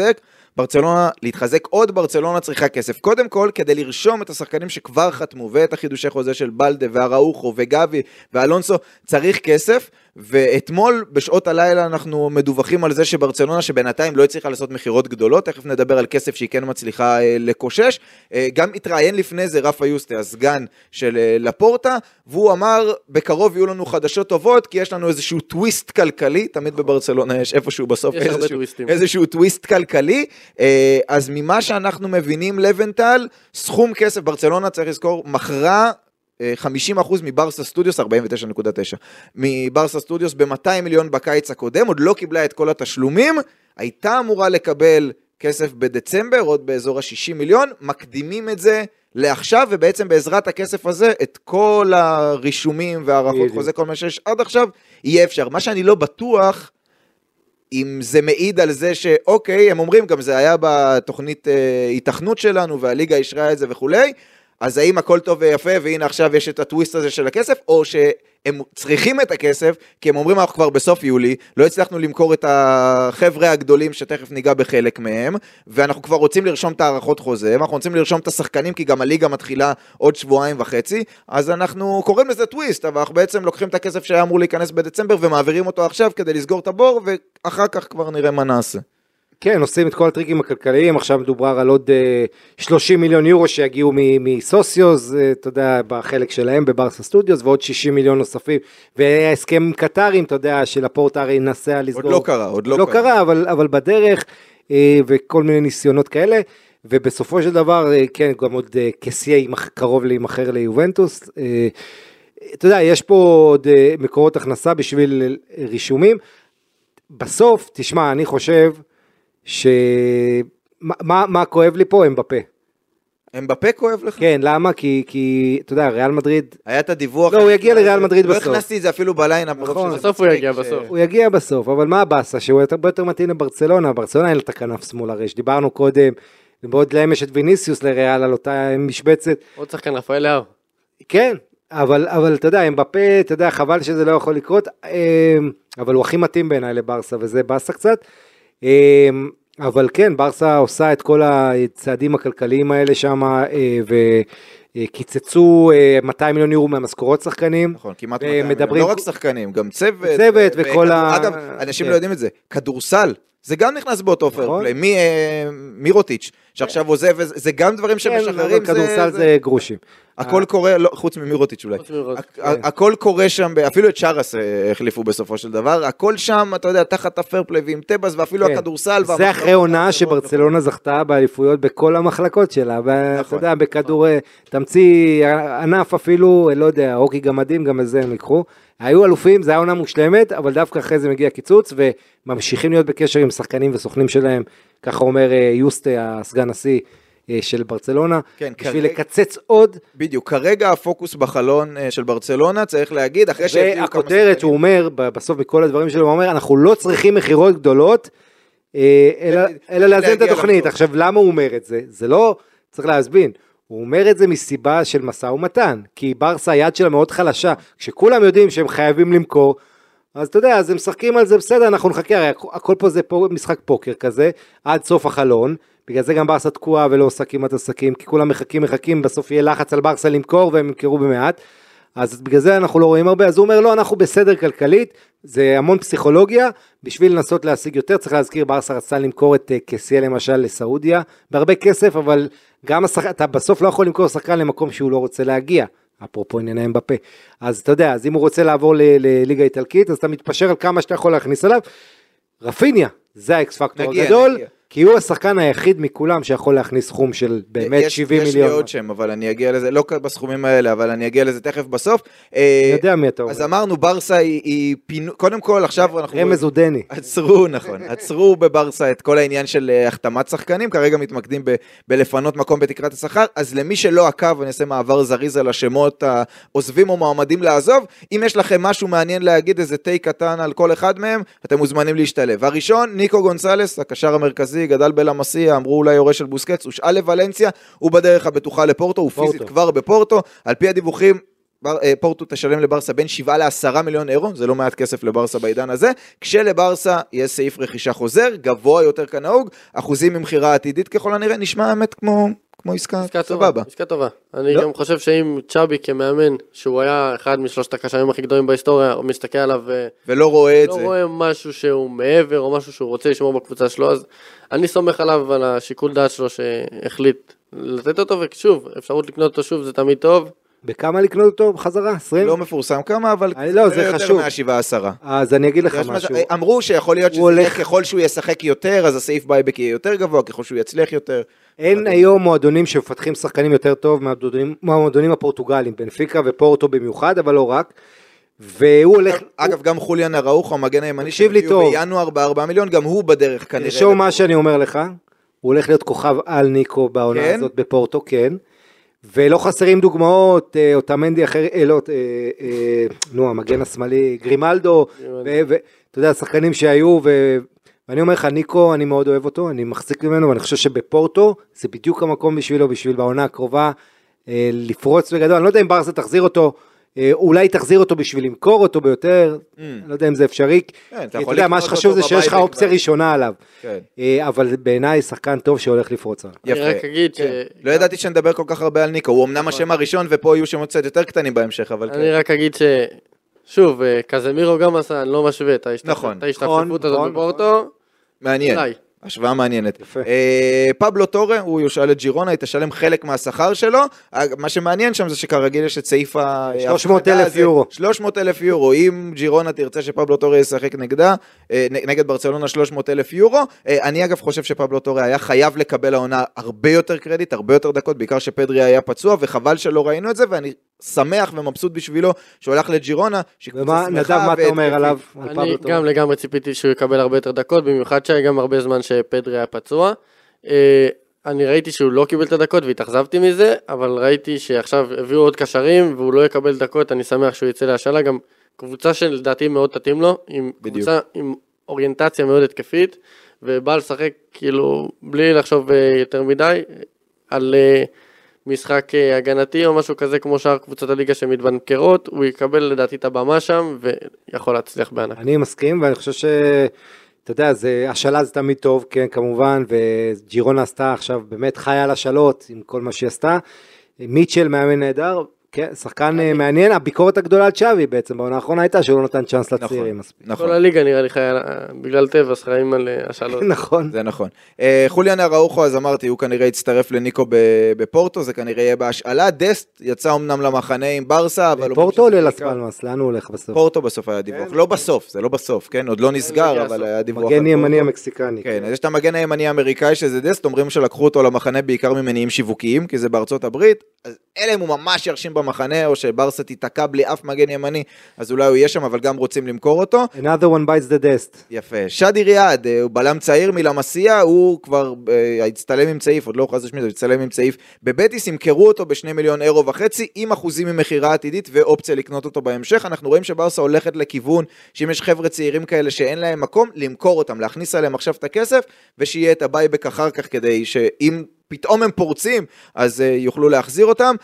להתחזק עוד ברצלונה צריכה כסף. קודם כל, כדי לרשום את השחקנים שכבר חתמו, ואת החידושי חוזה של בלדה והראוחו וגבי ואלונסו, צריך כסף, ואתמול בשעות הלילה אנחנו מדווחים על זה שברצלונה שבינתיים לא הצליחה לעשות מחירות גדולות, תכף נדבר על כסף שהיא כן מצליחה לקושש, גם התראיין לפני זה רפה יוסטה, הסגן של לפורטה, והוא אמר בקרוב יהיו לנו חדשות טובות, כי יש לנו איזשהו טוויסט כלכלי, תמיד בברצלונה יש איפשהו בסוף איזשהו טוויסט כלכלי, אז ממה שאנחנו מבינים לבנטל, סכום כסף ברצלונה צריך לזכור, מכרה 50% מברסה סטודיוס, 49.9 מברסה סטודיוס ב-200 מיליון בקיץ הקודם, עוד לא קיבלה את כל התשלומים, הייתה אמורה לקבל כסף בדצמבר, עוד באזור ה-60 מיליון, מקדימים את זה לעכשיו, ובעצם בעזרת הכסף הזה, את כל הרישומים והערכות חוזה, כל מה שיש עד עכשיו, יהיה אפשר. מה שאני לא בטוח, אם זה מעיד על זה שאוקיי, הם אומרים, גם זה היה בתוכנית התכנות שלנו, והליגה אישרה את זה וכולי, אז האם הכל טוב ויפה, והנה עכשיו יש את הטוויסט הזה של הכסף, או שהם צריכים את הכסף, כי הם אומרים אנחנו כבר בסוף יולי, לא הצלחנו למכור את החבר'ה הגדולים, שתכף ניגע בחלק מהם, ואנחנו כבר רוצים לרשום את הערכות חוזה, ואנחנו רוצים לרשום את השחקנים, כי גם הליגה מתחילה עוד 2.5 שבועות, אז אנחנו קוראים לזה טוויסט, אבל אנחנו בעצם לוקחים את הכסף שהיה אמור להיכנס בדצמבר, ומעבירים אותו עכשיו כדי לסגור את הבור, ואחר כך כבר נראה מה נעשה. כן, עושים את כל הטריקים הכלכליים, עכשיו מדובר על עוד 30 מיליון יורו שיגיעו מסוסיוס, אתה יודע, בחלק שלהם בברסה סטודיוס, ועוד 60 מיליון נוספים, והסכם עם קטרים, אתה יודע, שלפורט הרי נסע לסגור. עוד לא קרה. אבל בדרך, וכל מיני ניסיונות כאלה, ובסופו של דבר, כן, גם עוד כסייה קרוב להימחר ליובנטוס, אתה יודע, יש פה עוד מקורות הכנסה בשביל רישומים, בסוף, תשמע, אני חושב מה כואב לי פה? אמבפה. אמבפה כואב לך? כן, למה? כי, אתה יודע, ריאל מדריד... היה את הדיווח... לא, הוא יגיע לריאל מדריד בסוף. לא הכנסתי את זה אפילו בליינאפ. בסוף הוא יגיע בסוף. הוא יגיע בסוף, אבל מה הבאסה? שהוא הרבה יותר מתאים לברצלונה, ברצלונה אין לה את הכנף שמאל הרש, דיברנו קודם, ובעוד להם יש את ויניסיוס לריאל על אותה משבצת. עוד שחקן רפאל לאו. כן, אבל אתה יודע, אמבפה, אתה יודע, חבל שזה לא יכול לקרות, אבל הוא הכי מתאים בעיניי לברסה, וזה באסה קצת. אבל כן, ברסה עושה את כל הצעדים הכלכליים האלה שם, וקיצצו 200 מיליון יורו מהמשכורות שחקנים. נכון, כמעט 200 מיליון, לא רק שחקנים, גם צוות. וכל אגב, אנשים לא יודעים את זה, כדורסל, זה גם נכנס באותו פרפליי, מירוטיץ', שעכשיו עוזב, זה גם דברים שמשחררים. כדורסל זה גרושים. הכל קורה, חוץ ממירוטיץ' אולי, הכל קורה שם, אפילו את שרס החליפו בסופו של דבר, הכל שם, אתה יודע, תחת הפרפליי ועם טבס, ואפילו הכדורסל. זה אחרי עונה שברצלונה זכתה באליפויות בכל המחלקות שלה, ואתה יודע, בכדור, תמציא ענף אפילו, לא יודע, אוקי גמדים, גם לזה הם יקחו, היו אלופים, זה היה עונה מושלמת, אבל דווקא אחרי זה מגיע קיצוץ, וממשיכים להיות בקשר עם שחקנים וסוכנים שלהם, ככה אומר יוסטה, הסגן נשיא של ברצלונה, כן, בשביל לקצץ עוד. בדיוק, כרגע הפוקוס בחלון של ברצלונה, צריך להגיד, אחרי שהביאו כמה שחקנים. והכותרת שהוא אומר, בסוף מכל הדברים שלו, הוא אומר, אנחנו לא צריכים מחירות גדולות, אלא לאזן את התוכנית. עכשיו, למה הוא אומר את זה? זה לא, צריך להסבין, הוא אומר את זה מסיבה של משא ומתן, כי ברסה היד שלה מאוד חלשה, כשכולם יודעים שהם חייבים למכור, אז אתה יודע, אז הם משחקים על זה, בסדר, אנחנו נחכה, הרי הכל פה זה משחק פוקר כזה, עד סוף החלון, בגלל זה גם ברסה תקועה ולא עושה כמעט עסקים, כי כולם מחכים, בסוף יהיה לחץ על ברסה למכור, והם ימכרו במעט, אז בגלל זה אנחנו לא רואים הרבה, אז הוא אומר, לא, אנחנו בסדר כלכלית, זה המון פסיכולוגיה, בשביל לנסות להשיג יותר, צריך להזכיר, ברסה רצה למכור את כסייה למשל לסעודיה, בהרבה כסף, אבל גם אתה בסוף לא יכול למכור שחקן למקום שהוא לא רוצה להגיע, אפרופו ענייניים בפה, אז אתה יודע, אז אם הוא רוצה לעבור לליגה איטלקית, אז אתה מתפשר על כמה שאתה יכול להכניס עליו, רפיניה, זה האקס פקטור הגדול, כי הוא השחקן היחיד מכולם שיכול להכניס סכום של באמת 70 מיליון. יש לי עוד שם, אבל אני אגיע לזה, לא בסכומים האלה, אבל אני אגיע לזה תכף בסוף. יודע מי אתה אומר. אז אמרנו, ברסה היא קודם כל, עכשיו אנחנו... רמז עודני. עצרו בברסה את כל העניין של החתמת שחקנים, כרגע מתמקדים בלפנות מקום בתקרת השכר, אז למי שלא עקב, אני אעשה מעבר זריז על השמות העוזבים או מועמדים לעזוב, אם יש לכם משהו מעניין להגיד, איזה תי קטן על כל אחד מהם, אתם מוזמנים להשתלב. הראשון, ניקו גונסלס, הקשר המרכזי, גדל בלמסיה, אמרו אולי יורש של בוסקץ, הושאל לוולנסיה, הוא בדרך הבטוחה לפורטו, הוא פיזית כבר בפורטו, על פי הדיווחים, פורטו תשלם לברסה בין 7 ל10 מיליון אירו, זה לא מעט כסף לברסה בעידן הזה, כשלברסה יהיה סעיף רכישה חוזר, גבוה יותר כנהוג, אחוזים ממחירה עתידית ככל הנראה, נשמע האמת כמו עסקה סבבה. עסקה טובה. אני גם חושב שאם צ'אבי כמאמן, שהוא היה אחד משלושת הקשרים הכי גדולים בהיסטוריה, הוא מסתכל עליו ולא רואה את זה. לא רואה משהו שהוא מעבר, או משהו שהוא רוצה לשמור בקבוצה שלו, אז אני סומך עליו על השיקול דעת שלו שהחליט לתת אותו, ושוב, אפשרות לקנות אותו שוב זה תמיד טוב. בכמה לקנות אותו בחזרה? 20? לא מפורסם כמה, אבל לא, זה חשוב. יותר מה7-10. אז אני אגיד לך משהו. אמרו שיכול להיות שזה ככל שהוא ישחק יותר, אז הסעיף בייבק יהיה יותר גבוה, ככל שהוא יצליח יותר. אין היום מועדונים שמפתחים שחקנים יותר טוב מהמועדונים הפורטוגליים, בנפיקה ופורטו במיוחד, אבל לא רק. והוא הולך... אגב, גם חוליאן אראוחו, המגן הימני שהביאו בינואר ב4 מיליון, גם הוא בדרך כנראה. תרשום מה שאני אומר לך, הוא הולך להיות כוכב על ניקו בעונה הזאת בפורטו, כן. ולא חסרים דוגמאות, אותה מנדי אחר, המגן השמאלי, גרימלדו, ואתה יודע, השחקנים שהיו, ואני אומר לך, ניקו, אני מאוד אוהב אותו, אני מחזיק ממנו, ואני חושב שבפורטו, זה בדיוק המקום בשבילו, בשביל בעונה הקרובה, לפרוץ בגדול, אני לא יודע אם ברסה תחזיר אותו, אולי תחזיר אותו בשביל למכור אותו ביותר, לא יודע אם זה אפשרי, כי אתה יודע, מה שחשוב זה שיש לך אופציה ראשונה עליו, אבל בעיניי שחקן טוב שהולך לפרוץ עליו. אני רק אגיד לא ידעתי שנדבר כל כך הרבה על ניקו, הוא אמנם השם הראשון, ופה יהיו שמות קצת יותר קטנים בהמשך, אבל אני רק אגיד שוב, קזמירו גם עשה, אני לא משווה את ההשתתפות הזאת בפורטו, מעניין. השוואה מעניינת. פבלו טורה, הוא יושאל את ג'ירונה, היא תשלם חלק מהשכר שלו, מה שמעניין שם זה שכרגיל יש את סעיף 300,000 יורו. 300,000 יורו, אם ג'ירונה תרצה שפבלו טורה ישחק נגדה, נגד ברצלונה 300,000 יורו, אני אגב חושב שפבלו טורה היה חייב לקבל העונה הרבה יותר קרדיט, הרבה יותר דקות, בעיקר שפדרי היה פצוע, וחבל שלא ראינו את זה, ואני שמח ומבסוט בשבילו שהוא הלך לג'ירונה, ומה, נדב, מה אתה אומר עליו? אני גם לגמרי ציפיתי שהוא יקבל הרבה יותר דקות, במיוחד שהיה גם הרבה זמן שפדרי היה פצוע. אני ראיתי שהוא לא קיבל את הדקות והתאכזבתי מזה, אבל ראיתי שעכשיו הביאו עוד קשרים והוא לא יקבל דקות, אני שמח שהוא יצא להשאלה, גם קבוצה שלדעתי מאוד תתאים לו, קבוצה עם אוריינטציה מאוד התקפית, ובא לשחק כאילו בלי לחשוב יותר מדי על משחק הגנתי או משהו כזה כמו שאר קבוצות הליגה שמתבנקרות, הוא יקבל לדעתי את הבמה שם ויכול להצליח בענק. אני מסכים ואני חושב אתה יודע, השאלה זה תמיד טוב, כן, כמובן, וג'ירונה עשתה עכשיו, באמת חיה על השאלות עם כל מה שהיא עשתה. מיטשל מאמן נהדר, כן, שחקן מעניין, הביקורת הגדולה על צ'אבי בעצם, בעונה האחרונה הייתה שהוא לא נתן צ'אנס לצעירים. נכון. כל הליגה נראה לי חיה, בגלל טבע, חיים על השאלות. נכון. זה נכון. חוליאן אראוחו, אז אמרתי, הוא כנראה יצטרף לניקו בפורטו, זה כנראה יהיה בהשאלה, דסט יצא אמנם למחנה עם ברסה, אבל... פורטו עולה לספלמאס, לאן הוא הולך בסוף? פורטו בסוף היה דיווח, לא בסוף, זה לא בסוף, כן, עוד לא נסגר, אבל היה דיווח. מגן ימני המקסיקני. כן, אז יש את המגן הימני האמריקאי שזה דסט, אומרים שלקחו אותו למחנה בעיקר ממניעים שיווקיים, כי זה בארצות הברית, אז אלה הוא ממש ירשים במחנה, או שברסה תיתקע בלי אף מגן ימני, אז אולי הוא יהיה שם, אבל גם רוצים למכור אותו. Another one bites the dust. יפה. שדי ריאד, הוא בלם צעיר מלמסיה, הוא כבר הצטלם עם צעיף, עוד לא חז לשמיד, הוא הצטלם עם צעיף. בבטיס ימכרו אותו ב2.5 מיליון אירו, עם אחוזים ממחירה עתידית, ואופציה לקנות אותו בהמשך. אנחנו רואים שברסה הולכת לכיוון, שאם יש חבר'ה צעירים כאלה שאין להם מקום, למכור אותם, להכניס עליהם עכשיו את הכסף, ושיהיה את הבייבק אחר כך, כדי שאם פתאום הם פורצים, אז יוכלו להחזיר אותם.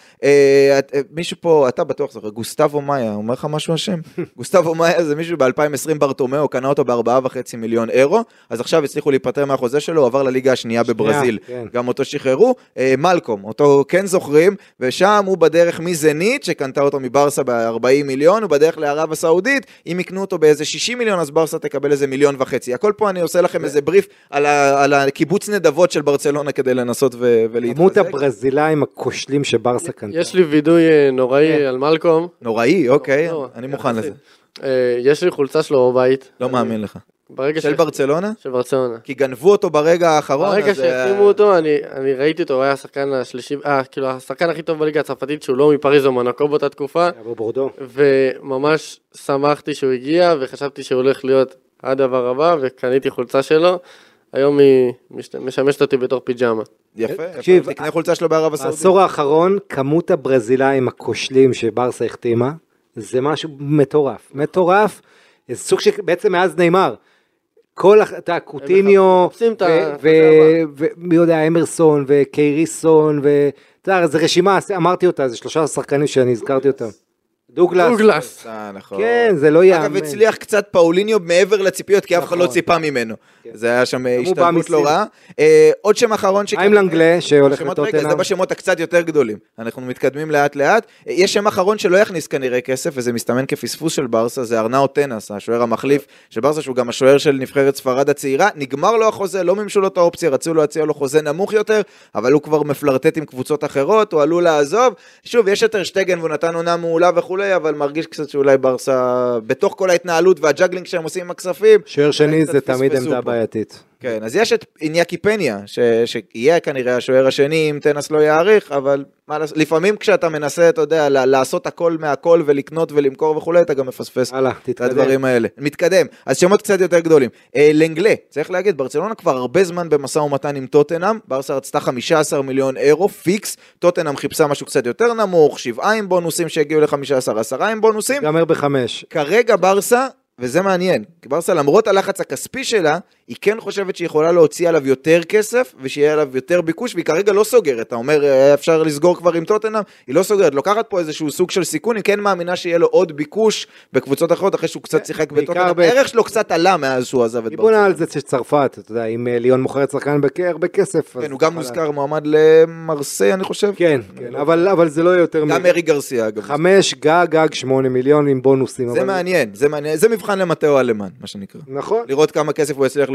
מישהו פה, אתה בטוח זוכר, גוסטבו מאיה, אומר לך משהו השם? גוסטבו מאיה זה מישהו ב-2020 ברטומאו, קנה אותו ב4.5 מיליון אירו, אז עכשיו הצליחו להיפטר מהחוזה שלו, הוא עבר לליגה השנייה בברזיל, גם אותו שחררו. מלקום, אותו כן זוכרים, ושם הוא בדרך מזנית, שקנתה אותו מברסה ב-40 מיליון, הוא בדרך לערב הסעודית, אם יקנו אותו באיזה 60 מיליון, אז ברסה תקבל איזה 1.5 מיליון. הכל פה אני עושה לכם איזה בריף על הקיבוץ נדבות של ברצלונה כדי לנסות ולהתחזק. כמות הברזילאים הכושלים שברסה קנתה. יש לי וידוי נוראי על מלקום. נוראי, אוקיי, אני מוכן לזה. יש לי חולצה שלו בבית. לא מאמין לך. של ברצלונה? של ברצלונה. כי גנבו אותו ברגע האחרון. ברגע שהחתימו אותו, אני ראיתי אותו, הוא היה השחקן השלישי, כאילו השחקן הכי טוב בליגה הצרפתית, שהוא לא מפריז או מונקו באותה תקופה. היה בבורדו. וממש שמחתי שהוא הגיע, וחשבתי שהוא הולך להיות הדבר הבא, וקניתי חולצה שלו. היום היא משמשת אותי בתור פיג'מה. יפה, תקנה חולצה שלו בערב הסעודית. בעשור האחרון, כמות הברזילאים הכושלים שברסה החתימה, זה משהו מטורף. מטורף, זה סוג שבעצם מאז נאמר, כל קוטיניו, ומי יודע, אמרסון, וקייריסון, זה רשימה, אמרתי אותה, זה 3 שחקנים שאני הזכרתי אותם. דוגלס. כן, זה לא יאמן. אגב, הצליח קצת פאוליניו מעבר לציפיות, כי אף אחד לא ציפה ממנו. זה היה שם השתלבות לא רעה. עוד שם אחרון עם לנגלה, שהולך לטוטנהאם. זה בשמות הקצת יותר גדולים. אנחנו מתקדמים לאט לאט. יש שם אחרון שלא יכניס כנראה כסף, וזה מסתמן כפספוס של ברסה, זה ארנאו טנס, השוער המחליף של ברסה, שהוא גם השוער של נבחרת ספרד הצעירה. נגמר לו החוזה, לא ממשו לו את האופציה, רצו להציע לו חוזה נמוך יותר, אבל הוא כבר מפלרטט עם קבוצות אחרות, הוא עלול לעזוב. שוב, יש יותר שטגן והוא נתן עונה מעולה וכולי, אבל מרגיש קצת שאולי ברסה, בתוך כל ההתנהלות והג'אגלינג שהם עושים עם הכספים. שוער שני זה תמיד עמדה בעייתית. כן, אז יש את איניאקי פניה, שיהיה כנראה השוער השני אם טנס לא יעריך, אבל לפעמים כשאתה מנסה, אתה יודע, לעשות הכל מהכל ולקנות ולמכור וכולי, אתה גם מפספס את הדברים האלה. מתקדם, אז שמות קצת יותר גדולים. לנגלה, צריך להגיד, ברצלונה כבר הרבה זמן במשא ומתן עם טוטנהאם, ברסה רצתה 15 מיליון אירו, פיקס, טוטנהאם חיפשה משהו קצת יותר נמוך, 7 עם בונוסים שהגיעו ל-15, 10 עם בונוסים. גמר ב5. כרגע ברסה, וזה מעניין, כי ברסה למרות הלחץ הכספי שלה, היא כן חושבת שהיא יכולה להוציא עליו יותר כסף, ושיהיה עליו יותר ביקוש, והיא כרגע לא סוגרת, אתה אומר, אפשר לסגור כבר עם טוטנהאם, היא לא סוגרת, לוקחת פה איזשהו סוג של סיכון, היא כן מאמינה שיהיה לו עוד ביקוש, בקבוצות אחרות, אחרי שהוא קצת שיחק בטוטנהאם, הערך שלו קצת עלה מאז שהוא עזב את ברסה. היא בונה על זה שצרפת, אתה יודע, אם ליון מוכרת שחקן הרבה כסף. כן, הוא גם מוזכר מועמד למרסיי, אני חושב. כן, אבל זה לא יותר גם ארי גרסיה, אגב. 5 גג 8 מיליון עם בונוסים. זה מעניין, זה מבחן למטאו אלמן, מה שנקרא. נכון. לראות כמה כסף הוא יצליח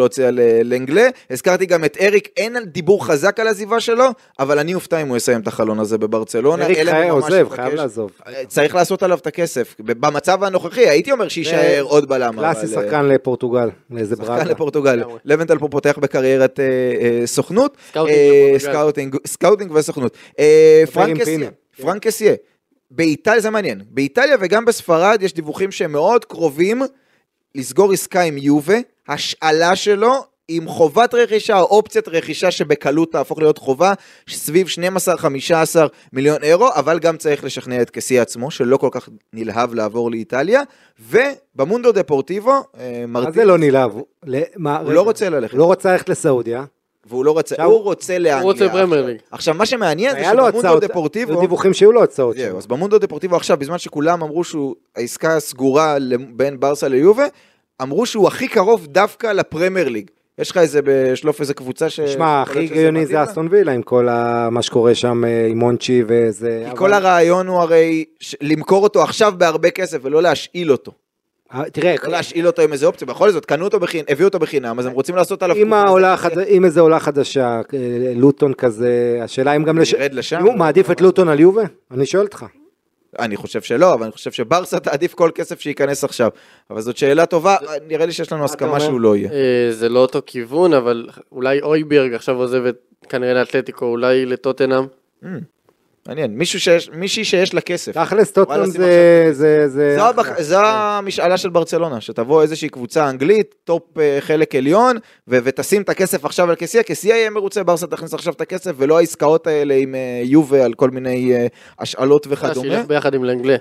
להוציא על לנגלה. הזכרתי גם את אריק, אין דיבור חזק על העזיבה שלו, אבל אני אופתע אם הוא יסיים את החלון הזה בברצלונה. אריק עוזב, חייב לעזוב. צריך לעשות עליו את הכסף. במצב הנוכחי, הייתי אומר שישאר עוד בלם. קלאסי שחקן לפורטוגל, לאיזה ברגע. שחקן לפורטוגל. לבנטל פה פותח בקריירת סוכנות, סקאוטינג וסוכנות. פרנק קסיה. באיטליה זה מעניין, באיטליה וגם בספרד יש דיווחים שהם מאוד קרובים לסגור עסקה עם יובה, השאלה שלו עם חובת רכישה או אופציית רכישה שבקלות תהפוך להיות חובה, סביב 12-15 מיליון אירו, אבל גם צריך לשכנע את קסיה עצמו, שלא כל כך נלהב לעבור לאיטליה, ובמונדו דפורטיבו, מה זה לא נלהב? הוא לא רוצה ללכת. הוא לא רוצה ללכת לסעודיה. והוא לא רוצה, הוא רוצה לאנגליה. הוא רוצה פרמייר ליג. עכשיו, מה שמעניין זה שבמונדו דפורטיבו... זה דיווחים שהיו לו הצעות. אז במונדו דפורטיבו עכשיו, בזמן שכולם אמרו שהעסקה סגורה בין ברסה ליובה, אמרו שהוא הכי קרוב דווקא לפרמייר ליג. יש לך בשלוף איזה קבוצה ש... תשמע, הכי גיוני זה אסטון וילה, עם כל מה שקורה שם עם מונצ'י וזה... כי כל הרעיון הוא הרי למכור אותו עכשיו בהרבה כסף ולא להשאיל אותו. תראה, לא להשאיל אותו עם איזה אופציה, בכל זאת, קנו אותו בחינם, הביאו אותו בחינם, אז הם רוצים לעשות עליו... אם איזה עולה חדשה, לוטון כזה, השאלה אם גם... ירד לשם? הוא מעדיף את לוטון על יובה? אני שואל אותך. אני חושב שלא, אבל אני חושב שברסה תעדיף כל כסף שייכנס עכשיו. אבל זאת שאלה טובה, נראה לי שיש לנו הסכמה שהוא לא יהיה. זה לא אותו כיוון, אבל אולי אויברג עכשיו עוזב כנראה לאתלטיקו, אולי לטוטנהאם. מעניין, מישהי שיש לה כסף. תכלס טוטנהאם זה... זו המשאלה של ברצלונה, שתבוא איזושהי קבוצה אנגלית, טופ חלק עליון, ותשים את הכסף עכשיו על קסיה, קסיה יהיה מרוצה, ברסה תכניס עכשיו את הכסף, ולא העסקאות האלה עם יובה על כל מיני השאלות וכדומה. שילך ביחד עם לנגלה.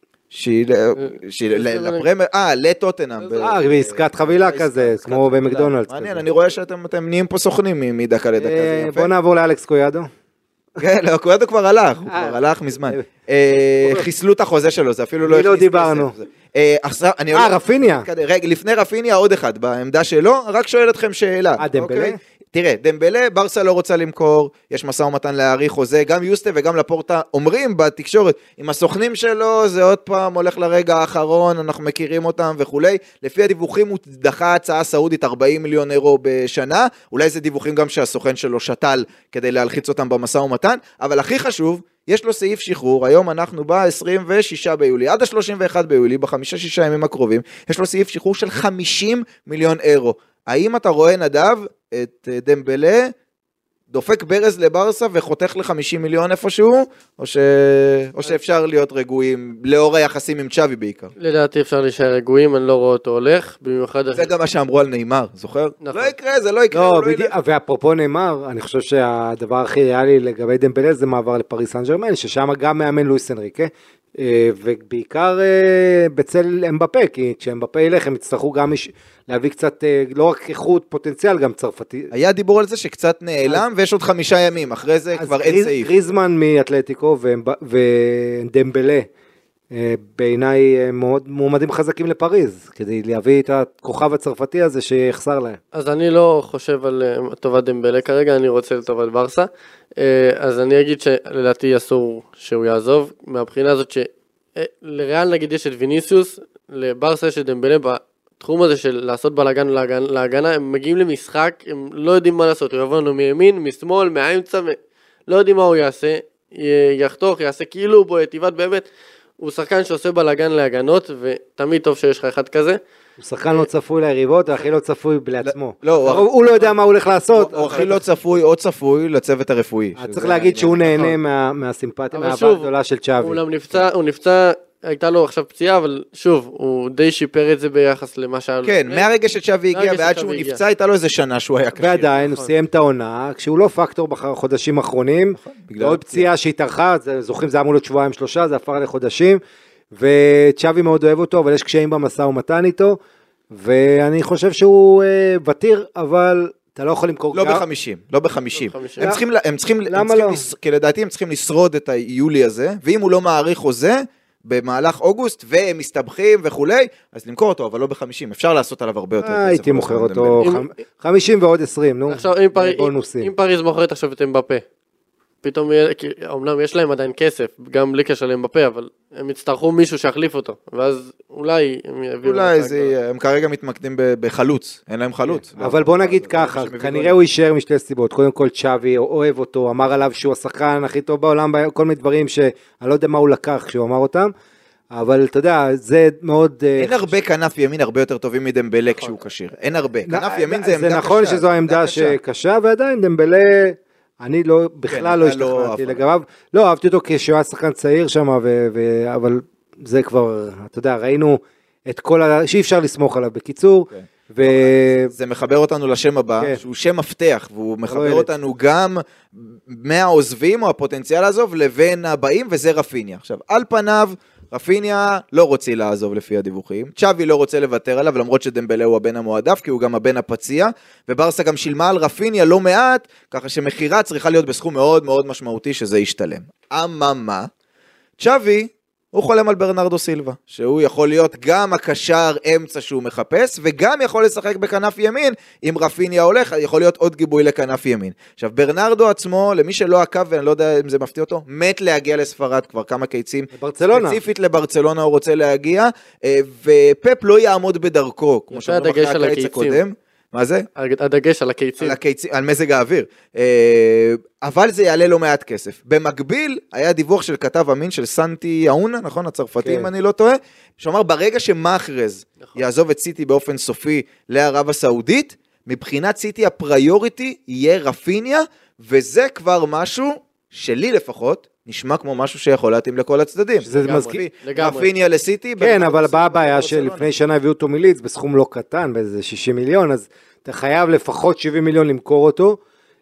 לטוטנהאם. בעסקת חבילה כזה, כמו במקדונלדס. מעניין, אני רואה שאתם נהיים פה סוכנים מדקה לדקה. בוא נעבור לאלכס קויאדו. כן, לא, קויאדו כבר הלך, הוא כבר הלך מזמן. חיסלו את החוזה שלו, זה אפילו לא... מי לא דיברנו? רפיניה. רגע, לפני רפיניה עוד אחד, בעמדה שלו, רק שואל אתכם שאלה. דמבלה? תראה, דמבלה, ברסה לא רוצה למכור, יש משא ומתן להאריך חוזה, גם יוסטה וגם לפורטה אומרים בתקשורת, עם הסוכנים שלו זה עוד פעם הולך לרגע האחרון, אנחנו מכירים אותם וכולי, לפי הדיווחים הוא דחה הצעה סעודית 40 מיליון אירו בשנה, אולי זה דיווחים גם שהסוכן שלו שתל כדי להלחיץ אותם במשא ומתן, אבל הכי חשוב, יש לו סעיף שחרור, היום אנחנו ב-26 ביולי, עד ה-31 ביולי, ב5-6 ימים הקרובים, יש לו סעיף שחרור של 50 מיליון אירו. האם אתה רואה נדב את דמבלה, דופק ברז לברסה וחותך ל50 מיליון איפשהו, או שאפשר להיות רגועים, לאור היחסים עם צ'אבי בעיקר? לדעתי אפשר להישאר רגועים, אני לא רואה אותו הולך, במיוחד... זה גם מה שאמרו על נאמר, זוכר? נכון. לא יקרה, זה לא יקרה. לא, ואפרופו נאמר, אני חושב שהדבר הכי ריאלי לגבי דמבלה זה מעבר לפריס סן ז'רמן, ששם גם מאמן לואיס אנריקה, ובעיקר בצל אמבפה, כי כשאמבפה ילך הם יצטרכו גם להביא קצת, לא רק איכות פוטנציאל, גם צרפתי. היה דיבור על זה שקצת נעלם, ויש עוד 5 ימים, אחרי זה כבר אין סעיף. גריזמן מאתלטיקו ודמבלה, בעיניי מאוד מועמדים חזקים לפריז, כדי להביא את הכוכב הצרפתי הזה שיחסר להם. אז אני לא חושב על טובת דמבלה כרגע, אני רוצה לטובת ברסה, אז אני אגיד שלדעתי אסור שהוא יעזוב, מהבחינה הזאת שלריאל נגיד יש את ויניסיוס, לברסה יש את דמבלה בתחום הזה של לעשות בלגן להגנה, הם מגיעים למשחק, הם לא יודעים מה לעשות, הוא יבוא לנו מימין, משמאל, מהאמצע, לא יודעים מה הוא יעשה, יחתוך, יעשה כאילו הוא בועט, יבט באמת, הוא שחקן שעושה בלגן להגנות, ותמיד טוב שיש לך אחד כזה. הוא שחקן לא צפוי ליריבות, הכי לא צפוי לעצמו. הוא לא יודע מה הוא הולך לעשות. הוא הכי לא צפוי או צפוי לצוות הרפואי. צריך להגיד שהוא נהנה מהסימפתיה, מהאהבה הגדולה של צ'אבי. הוא נפצע, הייתה לו עכשיו פציעה, אבל שוב, הוא די שיפר את זה ביחס למה שהיה לו. כן, מהרגע שצ'אבי הגיע ועד שהוא נפצע, הייתה לו איזה שנה שהוא היה קשה. ועדיין, הוא סיים את העונה, כשהוא לא פקטור בחודשים האחרונים, עוד פציעה שהתארכה, זוכרים, זה אמור להיות 2-3, זה הפך לחודשים, וצ'אבי מאוד אוהב אותו, אבל יש קשיים במשא ומתן איתו, ואני חושב שהוא ותיר, אבל אתה לא יכול למכור... לא ב-50. הם צריכים, כי לדעתי הם צריכים לשרוד את היולי הזה, ואם הוא לא מעריך חוזה, במהלך אוגוסט, והם מסתבכים וכולי, אז למכור אותו, אבל לא ב-50, אפשר לעשות עליו הרבה יותר. הייתי מוכר אותו 50 ועוד 20, נו. עכשיו, אם פריז מוכרת עכשיו את אמבפה, פתאום, אמנם יש להם עדיין כסף, גם בלי קשר לאמבפה, אבל הם יצטרכו מישהו שיחליף אותו, ואז אולי הם יביאו... הם כרגע מתמקדים בחלוץ, אין להם חלוץ. אבל בוא נגיד ככה, כנראה הוא יישאר משתי סיבות, קודם כל צ'אבי אוהב אותו, אמר עליו שהוא השחקן הכי טוב בעולם, כל מיני דברים שאני לא יודע מה הוא לקח כשהוא אמר אותם, אבל אתה יודע, זה מאוד... אין הרבה כנף ימין הרבה יותר טובים מדמבלה כשהוא קשיר, אין הרבה, כנף ימין זה עמדה קשה. זה נכון שזו העמדה שקשה, ועדיין דמבלה... אני לא, בכלל לא השתכנעתי לגביו, לא, אהבתי אותו כשהוא היה שחקן צעיר שם, אבל זה כבר, אתה יודע, ראינו את כל, שאי אפשר לסמוך עליו בקיצור, זה מחבר אותנו לשם הבא, שהוא שם מפתח, והוא מחבר אותנו גם מהעוזבים או הפוטנציאל לעזוב, לבין הבאים, וזה רפיניה. עכשיו, על פניו, רפיניה לא רוצה לעזוב לפי הדיווחים, צ'אבי לא רוצה לוותר עליו, למרות שדמבלה הוא הבן המועדף, כי הוא גם הבן הפציע, וברסה גם שילמה על רפיניה לא מעט, ככה שמחירה צריכה להיות בסכום מאוד מאוד משמעותי שזה ישתלם. אממה, צ'אבי הוא חולם על ברנרדו סילבה, שהוא יכול להיות גם הקשר אמצע שהוא מחפש, וגם יכול לשחק בכנף ימין, אם רפיניה הולך, יכול להיות עוד גיבוי לכנף ימין. עכשיו, ברנרדו עצמו, למי שלא עקב, ואני לא יודע אם זה מפתיע אותו, מת להגיע לספרד כבר כמה קיצים, ברצלונה. ספציפית לברצלונה הוא רוצה להגיע, ופפ לא יעמוד בדרכו, כמו שאמרו אחרי הקיץ הקודם. מה זה? הדגש על הקיצים. על מזג האוויר. אבל זה יעלה לא מעט כסף. במקביל, היה דיווח של כתב אמין של סנטי יאונה, נכון? הצרפתי, אם אני לא טועה, שאומר, ברגע שמאחרז יעזוב את סיטי באופן סופי לערב הסעודית, מבחינת סיטי הפריוריטי יהיה רפיניה, וזה כבר משהו, שלי לפחות, נשמע כמו משהו שיכול להתאים לכל הצדדים. רפיניה לסיטי. כן, אבל באה הבעיה שלפני שנה הביאו אותו מליץ, בסכום לא קטן, באיזה 60 מיליון, אז אתה חייב לפחות 70 מיליון למכור אותו,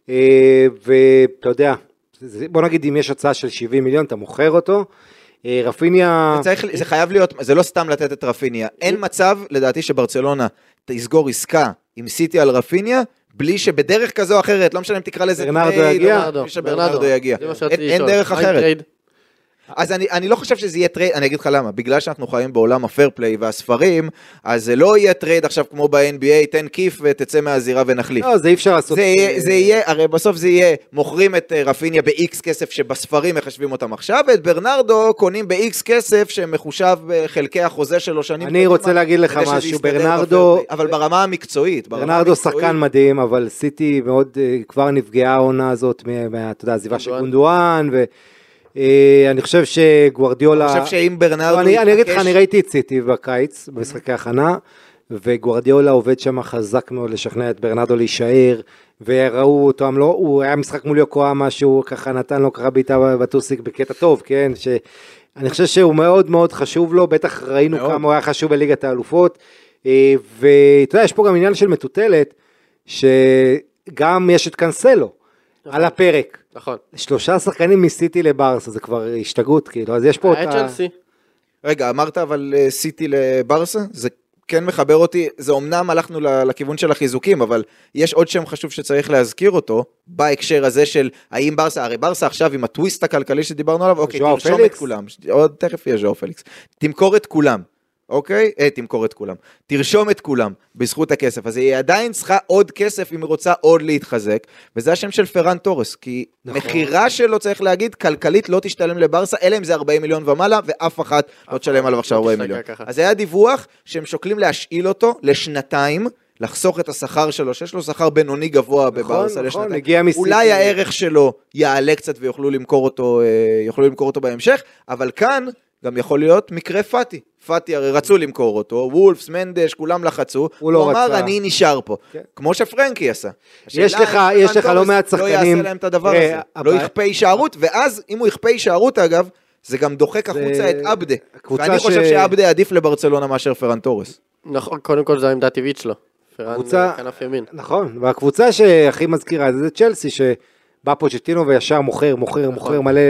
ואתה יודע, בוא נגיד אם יש הצעה של 70 מיליון, אתה מוכר אותו, רפיניה... זה חייב להיות, זה לא סתם לתת את רפיניה, אין מצב לדעתי שברצלונה תסגור עסקה עם סיטי על רפיניה, בלי שבדרך כזו או אחרת, לא משנה אם תקרא לזה ברנרדו יגיע. אין דרך אחרת. אז אני לא חושב שזה יהיה טרייד, אני אגיד לך למה, בגלל שאנחנו חיים בעולם הפייר פליי והספרים, אז זה לא יהיה טרייד עכשיו כמו ב-NBA, תן כיף ותצא מהזירה ונחליף. לא, זה אי אפשר לעשות. זה יהיה, הרי בסוף זה יהיה, מוכרים את רפיניה ב-X כסף שבספרים מחשבים אותם עכשיו, ואת ברנרדו קונים ב-X כסף שמחושב בחלקי החוזה שלו שנים. אני רוצה להגיד לך משהו, ברנרדו... אבל ברמה המקצועית. ברנרדו שחקן מדהים, אבל סיטי מאוד כבר נפגעה העונה הזאת, אתה יודע, עזיבה של גונדואן אני חושב שגוארדיולה... אני חושב שאם ברנרדו... אני אגיד לך, אני ראיתי את סיטי בקיץ, במשחקי הכנה, וגוארדיולה עובד שם חזק מאוד לשכנע את ברנרדו להישאר, וראו אותו, הוא היה משחק מול יוקוהמה, שהוא ככה נתן לו ככה בעיטה בטוסיק בקטע טוב, כן? אני חושב שהוא מאוד מאוד חשוב לו, בטח ראינו כמה הוא היה חשוב בליגת האלופות, ואתה יודע, יש פה גם עניין של מטוטלת, שגם יש את קנסלו, על הפרק. נכון. 3 שחקנים מסיטי לברסה, זה כבר השתגעות, כאילו, אז יש פה את צ'לסי. רגע, אמרת אבל סיטי לברסה? זה כן מחבר אותי, זה אומנם הלכנו לכיוון של החיזוקים, אבל יש עוד שם חשוב שצריך להזכיר אותו, בהקשר הזה של האם ברסה, הרי ברסה עכשיו עם הטוויסט הכלכלי שדיברנו עליו, אוקיי, תרשום את כולם, עוד תכף יהיה ז'ואו פליקס, תמכור את כולם. אוקיי? תמכור את כולם. תרשום את כולם בזכות הכסף. אז היא עדיין צריכה עוד כסף אם היא רוצה עוד להתחזק, וזה השם של פרן טורס, כי מחירה שלו צריך להגיד, כלכלית לא תשתלם לברסה, אלא אם זה 40 מיליון ומעלה, ואף אחת לא תשלם עליו עכשיו 40 מיליון. אז היה דיווח שהם שוקלים להשאיל אותו לשנתיים, לחסוך את השכר שלו, שיש לו שכר בינוני גבוה בברסה לשנתיים. אולי הערך שלו יעלה קצת ויוכלו למכור אותו בהמשך, אבל כאן גם יכול להיות מקרה פאטי. פאטי הרי רצו למכור אותו, וולפס, מנדש, כולם לחצו, הוא אמר אני נשאר פה, כמו שפרנקי עשה. יש לך לא מעט שחקנים, לא יעשה להם את הדבר הזה, לא יכפה הישארות, ואז אם הוא יכפה הישארות אגב, זה גם דוחק החוצה את אבדה, ואני חושב שאבדה עדיף לברצלונה מאשר פרן טורס. נכון, קודם כל זה העמדה הטבעית שלו, פרן כנף ימין. נכון, והקבוצה שהכי מזכירה זה צ'לסי, שבא פוצ'טינו וישר מוכר מלא,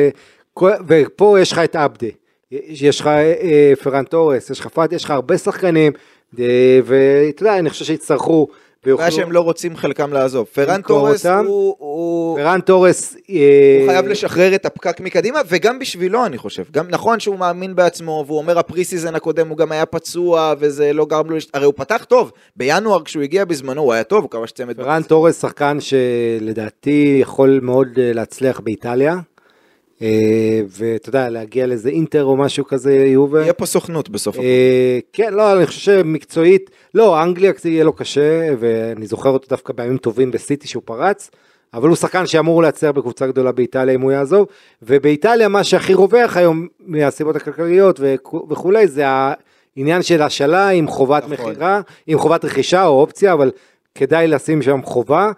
ופה יש לך את אבדה. יש לך פרן טורס, יש לך פאטי, יש לך הרבה שחקנים, ואתה יודע, אני חושב שיצטרכו, בעיה שהם לא רוצים חלקם לעזוב. פרן טורס פרן טורס הוא חייב לשחרר את הפקק מקדימה, וגם בשבילו אני חושב. גם נכון שהוא מאמין בעצמו, והוא אומר הפריסיזן הקודם הוא גם היה פצוע, וזה לא גרם לו, הרי הוא פתח טוב. בינואר כשהוא הגיע בזמנו הוא היה טוב, הוא כבש צמד. פרן טורס שחקן שלדעתי יכול מאוד להצליח באיטליה, ואתה יודע, להגיע לאיזה אינטר או משהו כזה, יהיה פה סוכנות בסוף. כן, לא, אני חושב שמקצועית, לא, אנגליה יהיה לו קשה, ואני זוכר אותו דווקא בימים טובים בסיטי שהוא פרץ, אבל הוא שחקן שאמור להצליח בקבוצה גדולה באיטליה אם הוא יעזוב, ובאיטליה מה שהכי רווח היום מהסיבות הכלכליות וכולי, זה העניין של השאלה עם חובת מחירה, עם חובת רכישה או אופציה, אבל כדאי לשים שם חובה,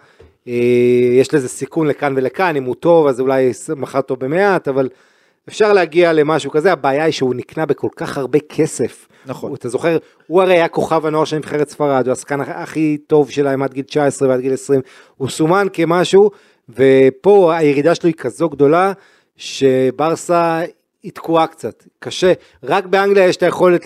יש לזה סיכון לכאן ולכאן, אם הוא טוב אז אולי מחר טוב במעט, אבל אפשר להגיע למשהו כזה, הבעיה היא שהוא נקנה בכל כך הרבה כסף. נכון. אתה זוכר, הוא הרי היה כוכב הנוער של נבחרת ספרד, הוא השחקן הכי טוב שלהם עד גיל 19 ועד גיל 20, הוא סומן כמשהו, ופה הירידה שלו היא כזו גדולה, שברסה התקועה קצת, קשה, רק באנגליה יש את היכולת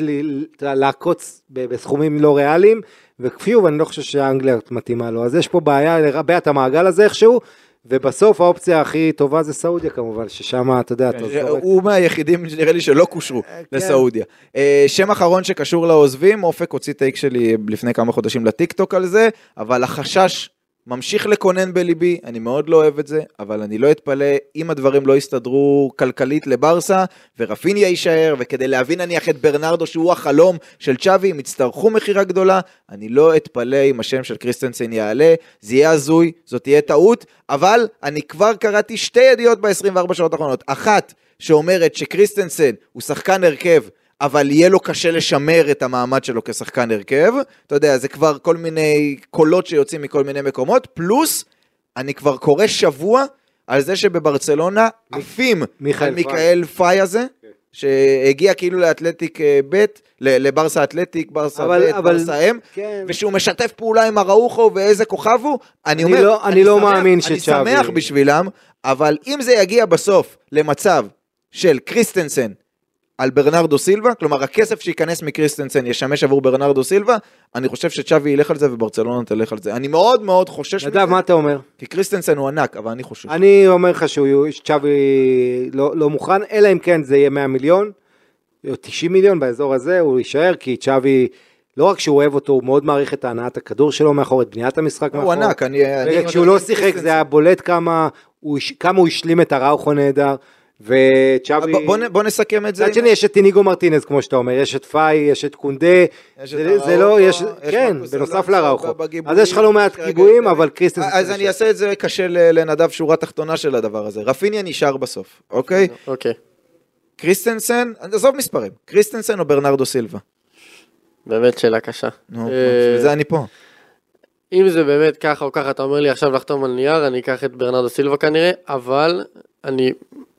לעקוץ בסכומים לא ריאליים, וכפיוב אני לא חושב שהאנגליה מתאימה לו, אז יש פה בעיה לרבע את המעגל הזה איכשהו, ובסוף האופציה הכי טובה זה סעודיה כמובן, ששם אתה יודע, הוא מהיחידים נראה לי שלא קושרו לסעודיה. שם אחרון שקשור לעוזבים, אופק הוציא טייק שלי לפני כמה חודשים לטיקטוק על זה, אבל החשש ממשיך לקונן בליבי, אני מאוד לא אוהב את זה, אבל אני לא אתפלא אם הדברים לא יסתדרו כלכלית לברסה, ורפיניה יישאר, וכדי להבין נניח את ברנרדו שהוא החלום של צ'אבי, אם יצטרכו מחירה גדולה, אני לא אתפלא אם השם של קריסטנסן יעלה, זה יהיה הזוי, זאת תהיה טעות, אבל אני כבר קראתי שתי ידיעות ב-24 שעות האחרונות, אחת שאומרת שקריסטנסן הוא שחקן הרכב, אבל יהיה לו קשה לשמר את המעמד שלו כשחקן הרכב, אתה יודע, זה כבר כל מיני קולות שיוצאים מכל מיני מקומות, פלוס, אני כבר קורא שבוע על זה שבברצלונה עפים על מיכאל פאי הזה, שהגיע כאילו לאתלטיק ב', לברסה אתלטיק, ברסה ב', ברסה אם, ושהוא משתף פעולה עם הראוחו ואיזה כוכב הוא, אני אומר, אני לא מאמין אני שמח בשבילם, אבל אם זה יגיע בסוף למצב של קריסטנסן, על ברנרדו סילבה, כלומר הכסף שיכנס מקריסטנסן ישמש עבור ברנרדו סילבה, אני חושב שצ'אבי ילך על זה וברצלונה תלך על זה. אני מאוד מאוד חושש מזה. מה אתה אומר? כי קריסטנסן הוא ענק, אבל אני חושש. אני אומר לך שצ'אבי לא מוכן, אלא אם כן זה יהיה 100 מיליון, או 90 מיליון באזור הזה, הוא יישאר, כי צ'אבי, לא רק שהוא אוהב אותו, הוא מאוד מעריך את הנעת הכדור שלו מאחור, את בניית המשחק מאחור. הוא ענק, כשהוא לא שיחק, זה היה בולט כמה הוא השלים את הראוחו נהדר, וצ'אבי... בוא נסכם את זה. צד שני יש את טיניגו מרטינז כמו שאתה אומר, יש את פאי, יש את קונדה, זה לא, יש, כן, בנוסף לראוחו. אז יש לך לא מעט קיבועים, אבל קריסטנס... אז אני אעשה את זה קשה לנדב שורה תחתונה של הדבר הזה. רפיניה נשאר בסוף, אוקיי? אוקיי. קריסטנסן, עזוב מספרים, קריסטנסן או ברנרדו סילבה? באמת שאלה קשה. וזה אני פה. אם זה באמת ככה או ככה, אתה אומר לי עכשיו לחתום על נייר, אני אקח את ברנרדו סילבה כנראה, אבל אני...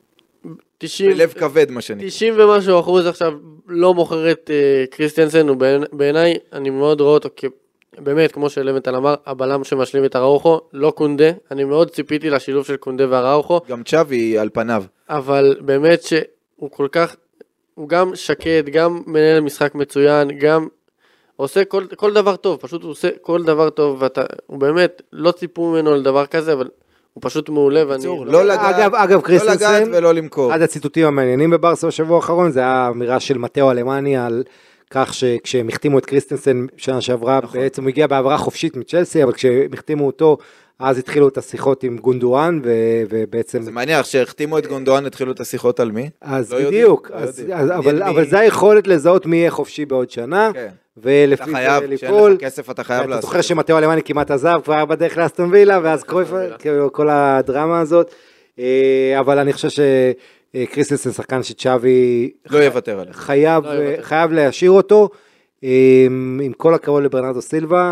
בלב כבד מה שנקרא. 90 ומשהו אחוז עכשיו לא מוכר את קריסטנסן, ובעיניי אני מאוד רואה אותו באמת, כמו שלוונטל אמר, הבלם שמשלים את הראוחו, לא קונדה, אני מאוד ציפיתי לשילוב של קונדה והראוחו. גם צ'אבי על פניו. אבל באמת שהוא כל כך, הוא גם שקט, גם מנהל משחק מצוין, גם עושה כל דבר טוב, פשוט הוא עושה כל דבר טוב, הוא באמת לא ציפו ממנו לדבר כזה, אבל הוא פשוט מעולה, ואני... לא לגעת ולא למכור. אחד הציטוטים המעניינים בברסה בשבוע האחרון, זה האמירה של מתאו אלמני על כך שכשהם החתימו את קריסטנסן שנה שעברה, בעצם הוא הגיע בעברה חופשית מצ'לסי, אבל כשהם החתימו אותו, אז התחילו את השיחות עם גונדואן, ובעצם... זה מעניין, כשהחתימו את גונדואן, התחילו את השיחות על מי? אז בדיוק, אבל זה היכולת לזהות מי יהיה חופשי בעוד שנה, ולפי זה לפעול. כסף אתה חייב לעשות. אתה זוכר שמתאו אלמני כמעט עזב, כבר היה בדרך לאסטון וילה, ואז כל הדרמה הזאת, אבל אני חושב שקריסטנסן שחקן שצ'אבי לא יוותר עליו. חייב להשאיר אותו, עם כל הכבוד לברנרדו סילבה,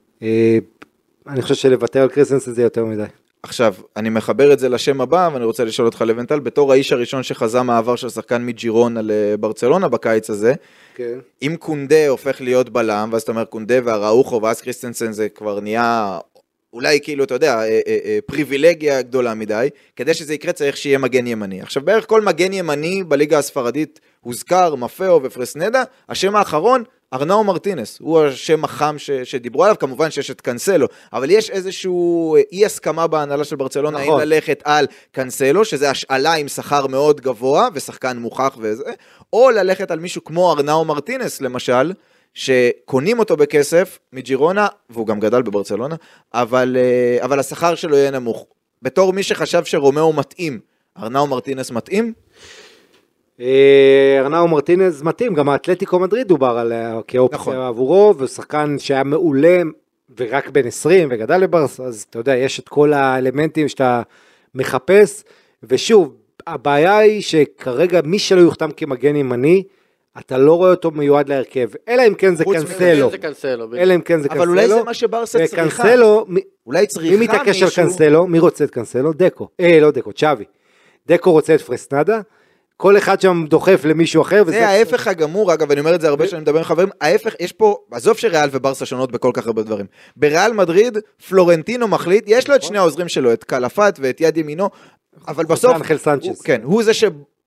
אני חושב שלוותר על קריסטנסן זה יותר מדי. עכשיו, אני מחבר את זה לשם הבא, ואני רוצה לשאול אותך לוונטל, בתור האיש הראשון שחזה מעבר של שחקן מג'ירון על ברצלונה בקיץ הזה, כן. אם קונדה הופך להיות בלם, ואז אתה אומר קונדה והראוחו, ואז קריסטנסן זה כבר נהיה, אולי כאילו, אתה יודע, פריבילגיה גדולה מדי, כדי שזה יקרה צריך שיהיה מגן ימני. עכשיו, בערך כל מגן ימני בליגה הספרדית הוזכר, מפאו ופרסנדה, השם האחרון, ארנאו מרטינס, הוא השם החם שדיברו עליו, כמובן שיש את קנסלו, אבל יש איזשהו אי הסכמה בהנהלה של ברצלונה, האם ללכת על קנסלו, שזה השאלה עם שכר מאוד גבוה, ושחקן מוכח וזה, או ללכת על מישהו כמו ארנאו מרטינס, למשל, שקונים אותו בכסף מג'ירונה, והוא גם גדל בברצלונה, אבל השכר שלו יהיה נמוך. בתור מי שחשב שרומאו מתאים, ארנאו מרטינס מתאים? ארנאו מרטינס מתאים, גם האתלטיקו מדריד דובר עליה כאופציה עבורו, ושחקן שהיה מעולה ורק בן 20 וגדל לברס, אז אתה יודע, יש את כל האלמנטים שאתה מחפש, ושוב, הבעיה היא שכרגע מי שלא יוחתם כמגן ימני, אתה לא רואה אותו מיועד להרכב, אלא אם כן זה קנסלו. אלא אם כן זה קנסלו. אבל אולי זה מה שברסה צריכה. וקנסלו, אולי צריכה מי מתעקש על קנסלו? מי רוצה את קנסלו? דקו. לא דקו, צ'אבי. דקו רוצה את פרסנדה. כל אחד שם דוחף למישהו אחר. זה ההפך הגמור, אגב, אני אומר את זה הרבה שאני מדבר עם חברים, ההפך, יש פה, עזוב שריאל וברסה שונות בכל כך הרבה דברים. בריאל מדריד, פלורנטינו מחליט, יש לו את שני העוזרים שלו, את קלפת ואת יד ימינו, אבל בסוף, כן, הוא זה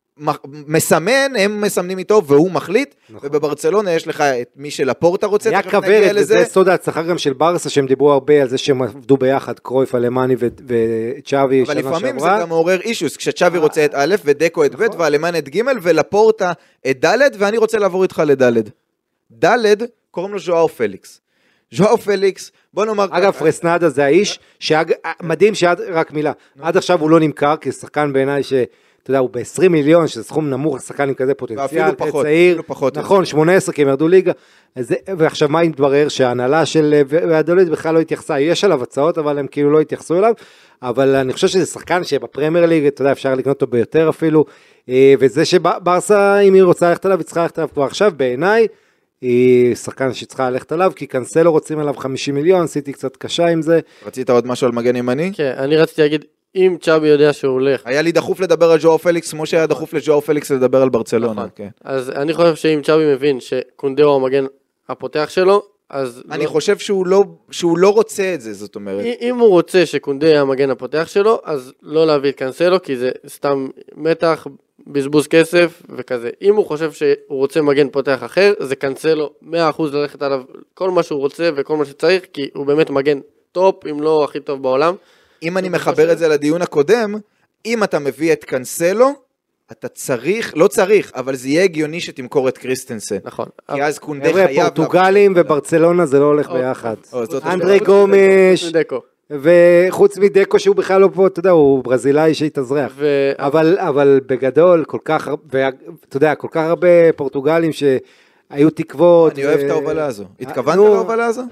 מסמן, הם מסמנים איתו, והוא מחליט, ובברצלונה יש לך את מי שלפורטה רוצה, היה כברת, וזה סוד ההצלחה גם של ברסה, שהם דיברו הרבה על זה שהם עבדו ביחד, קרויף, אלמני וצ'אבי אבל לפעמים זה גם מעורר אישוס, כשצ'אבי רוצה את א' ודקו את ב' ואלמן את ג' ולפורטה את ד' ואני רוצה לעבור איתך לד'. ד' קוראים לו ז'ואאו פליקס. ז'ואאו פליקס, בוא נאמר... אגב, פרסנדה זה האיש, מדהים שעד, רק מילה, עד עכשיו הוא לא נמכר, כי שחקן בעיניי אתה יודע, הוא ב-20 מיליון, שזה סכום נמוך, שחקן עם כזה פוטנציאל, צעיר, נכון, 18, כי הם ירדו ליגה, ועכשיו מה התברר שההנהלה של והדולית בכלל לא התייחסה, יש עליו הצעות, אבל הם כאילו לא התייחסו אליו, אבל אני חושב שזה שחקן שבפרמייר ליג, אתה יודע, אפשר לקנות אותו ביותר אפילו, וזה שברסה, אם היא רוצה ללכת עליו, היא צריכה ללכת עליו כבר עכשיו, בעיניי, היא שחקן שצריכה ללכת עליו, כי קנסלו רוצים עליו 50 מיליון, עשיתי קצת קשה עם זה. רצית עוד משהו על מגן ימני? כן, אני רציתי להגיד, אם צ'אבי יודע שהוא הולך. היה לי דחוף לדבר על ז'ואאו פליקס, כמו שהיה דחוף לז'ואאו פליקס לדבר על ברצלונה. אז אני חושב שאם צ'אבי מבין שקונדה הוא המגן הפותח שלו, אז... אני חושב שהוא לא רוצה את זה, זאת אומרת. אם הוא רוצה שקונדה יהיה המגן הפותח שלו, אז לא להביא את קנסלו, כי זה סתם מתח, בזבוז כסף וכזה. אם הוא חושב שהוא רוצה מגן פותח אחר, זה קנסלו 100% ללכת עליו כל מה שהוא רוצה וכל מה שצריך, כי הוא באמת מגן טופ, אם לא הכי טוב בעולם. אם אני מחבר את זה לדיון הקודם, אם אתה מביא את קנסלו, אתה צריך, לא צריך, אבל זה יהיה הגיוני שתמכור את קריסטנסן. נכון. כי אז קונדה חייב... פורטוגלים וברצלונה זה לא הולך ביחד. אנדרי גומש, וחוץ מדקו שהוא בכלל לא פה, אתה יודע, הוא ברזילאי שהתאזרח. אבל בגדול, כל כך, אתה יודע, כל כך הרבה פורטוגלים שהיו תקוות. אני אוהב את ההובלה הזו. התכוונת להובלה הזו?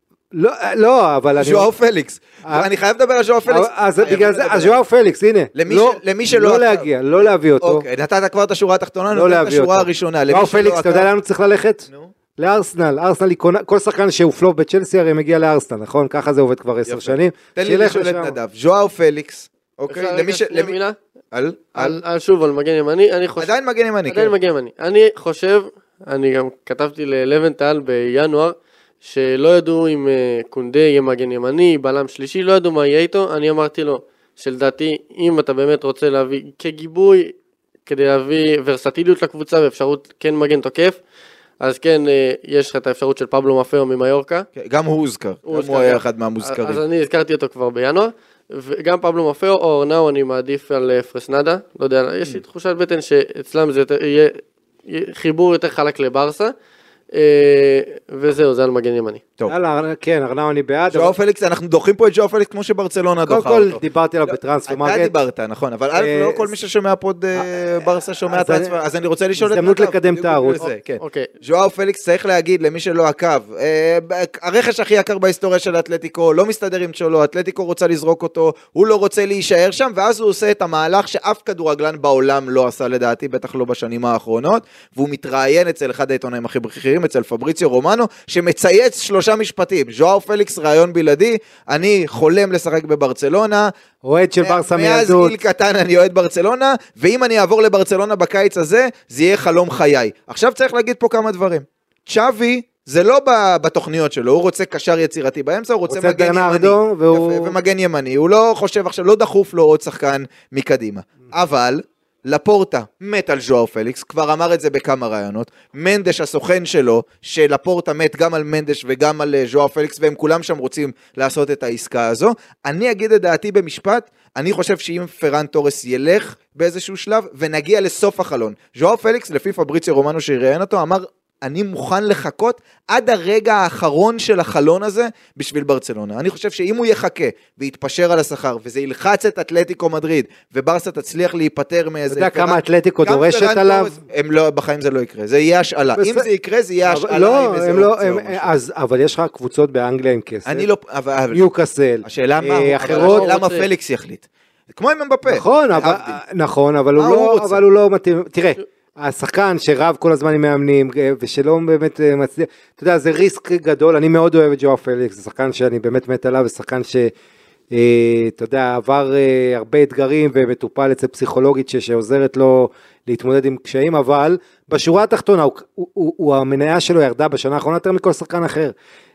לא, אבל... ז'ואאו פליקס. אני חייב לדבר על ז'ואאו פליקס. אז בגלל זה, אז ז'ואאו פליקס, הנה. למי שלא... לא להגיע, לא להביא אותו. אוקיי, נתת כבר את השורה התחתונה, נתת את השורה הראשונה. ז'ואאו פליקס, אתה יודע לאן הוא צריך ללכת? לארסנל. ארסנל, כל שחקן שהוא פלופ בצ'לסי הרי מגיע לארסנל, נכון? ככה זה עובד כבר 10 שנים. תן לי לשאול את נדב. ז'ואאו פליקס. אוקיי, מילה? שוב, על מגן ימני, עדיין מגן ימני. עדיין מגן ימני. אני חושב, אני גם כתבתי ללבנטל בינואר, שלא ידעו אם קונדה יהיה מגן ימני, בלם שלישי, לא ידעו מה יהיה איתו, אני אמרתי לו, שלדעתי, אם אתה באמת רוצה להביא כגיבוי, כדי להביא ורסטיליות לקבוצה ואפשרות כן מגן תוקף, אז כן, יש לך את האפשרות של פבלו מאפאו ממיורקה. גם הוא הוזכר, גם הוא היה אחד מהמוזכרים. אז אני הזכרתי אותו כבר בינואר, וגם פבלו מאפאו או אורנאו אני מעדיף על פרסנדה, לא יודע, יש לי תחושת בטן שאצלם זה יהיה חיבור יותר חלק לברסה, וזהו, זה על מגן ימני. כן, ארנאו אני בעד. ז'ואאו פליקס, אנחנו דוחים פה את ז'ואאו פליקס כמו שברצלונה דוחה אותו. קודם כל דיברתי עליו בטרנספר מרקט. אתה דיברת, נכון, אבל לא כל מי ששומע פה ברסה שומע טרנספר, אז אני רוצה לשאול את הזדמנות לקדם את הערוץ. ז'ואאו פליקס צריך להגיד למי שלא עקב, הרכש הכי יקר בהיסטוריה של האתלטיקו, לא מסתדר עם צ'ולו, האתלטיקו רוצה לזרוק אותו, הוא לא רוצה להישאר שם, ואז הוא עושה את המהלך שאף כדורגלן בעולם לא עשה לדעתי, בטח לא בשנים האחרונות, והוא מתראיין אצל אחד העיתונאים הכי בכירים, אצל פבריציו רומנו, שמצייץ 3 משפטים. ז'ואאו פליקס רעיון בלעדי, אני חולם לשחק בברצלונה, אוהד של ברסה מילדות. מאז גיל קטן אני אוהד ברצלונה, ואם אני אעבור לברצלונה בקיץ הזה, זה יהיה חלום חיי. עכשיו צריך להגיד פה כמה דברים. צ'אבי, זה לא בתוכניות שלו, הוא רוצה קשר יצירתי באמצע, הוא רוצה מגן ימני. ומגן ימני, הוא לא חושב עכשיו, לא דחוף לו עוד שחקן מקדימה. אבל לפורטה מת על ז'ואר פליקס, כבר אמר את זה בכמה רעיונות, מנדש הסוכן שלו, שלפורטה מת גם על מנדש וגם על ז'ואר פליקס, והם כולם שם רוצים לעשות את העסקה הזו. אני אגיד את דעתי במשפט, אני חושב שאם פרן טורס ילך באיזשהו שלב, ונגיע לסוף החלון, ז'ואר פליקס, לפי פבריציו רומנו שראיין אותו, אמר, אני מוכן לחכות עד הרגע האחרון של החלון הזה בשביל ברצלונה. אני חושב שאם הוא יחכה ויתפשר על השכר, וזה ילחץ את אתלטיקו מדריד, וברסה תצליח להיפטר מאיזה... אתה יודע כמה אתלטיקו דורשת עליו? בחיים זה לא יקרה, זה יהיה השאלה. אם זה יקרה, זה יהיה השאלה. לא, אבל יש לך קבוצות באנגליה עם כסף. אני לא... ניוקאסל. השאלה למה פליקס יחליט. כמו עם אמבפה. נכון, אבל הוא לא מתאים. תראה, השחקן שרב כל הזמן עם מאמנים, ושלא באמת מצליח, אתה יודע, זה ריסק גדול, אני מאוד אוהב את ז'ואר פליקס, זה שחקן שאני באמת מת עליו, ושחקן אתה יודע, עבר הרבה אתגרים, ומטופל אצל פסיכולוגית שעוזרת לו להתמודד עם קשיים, אבל בשורה התחתונה, המניה שלו ירדה בשנה האחרונה יותר מכל שחקן אחר.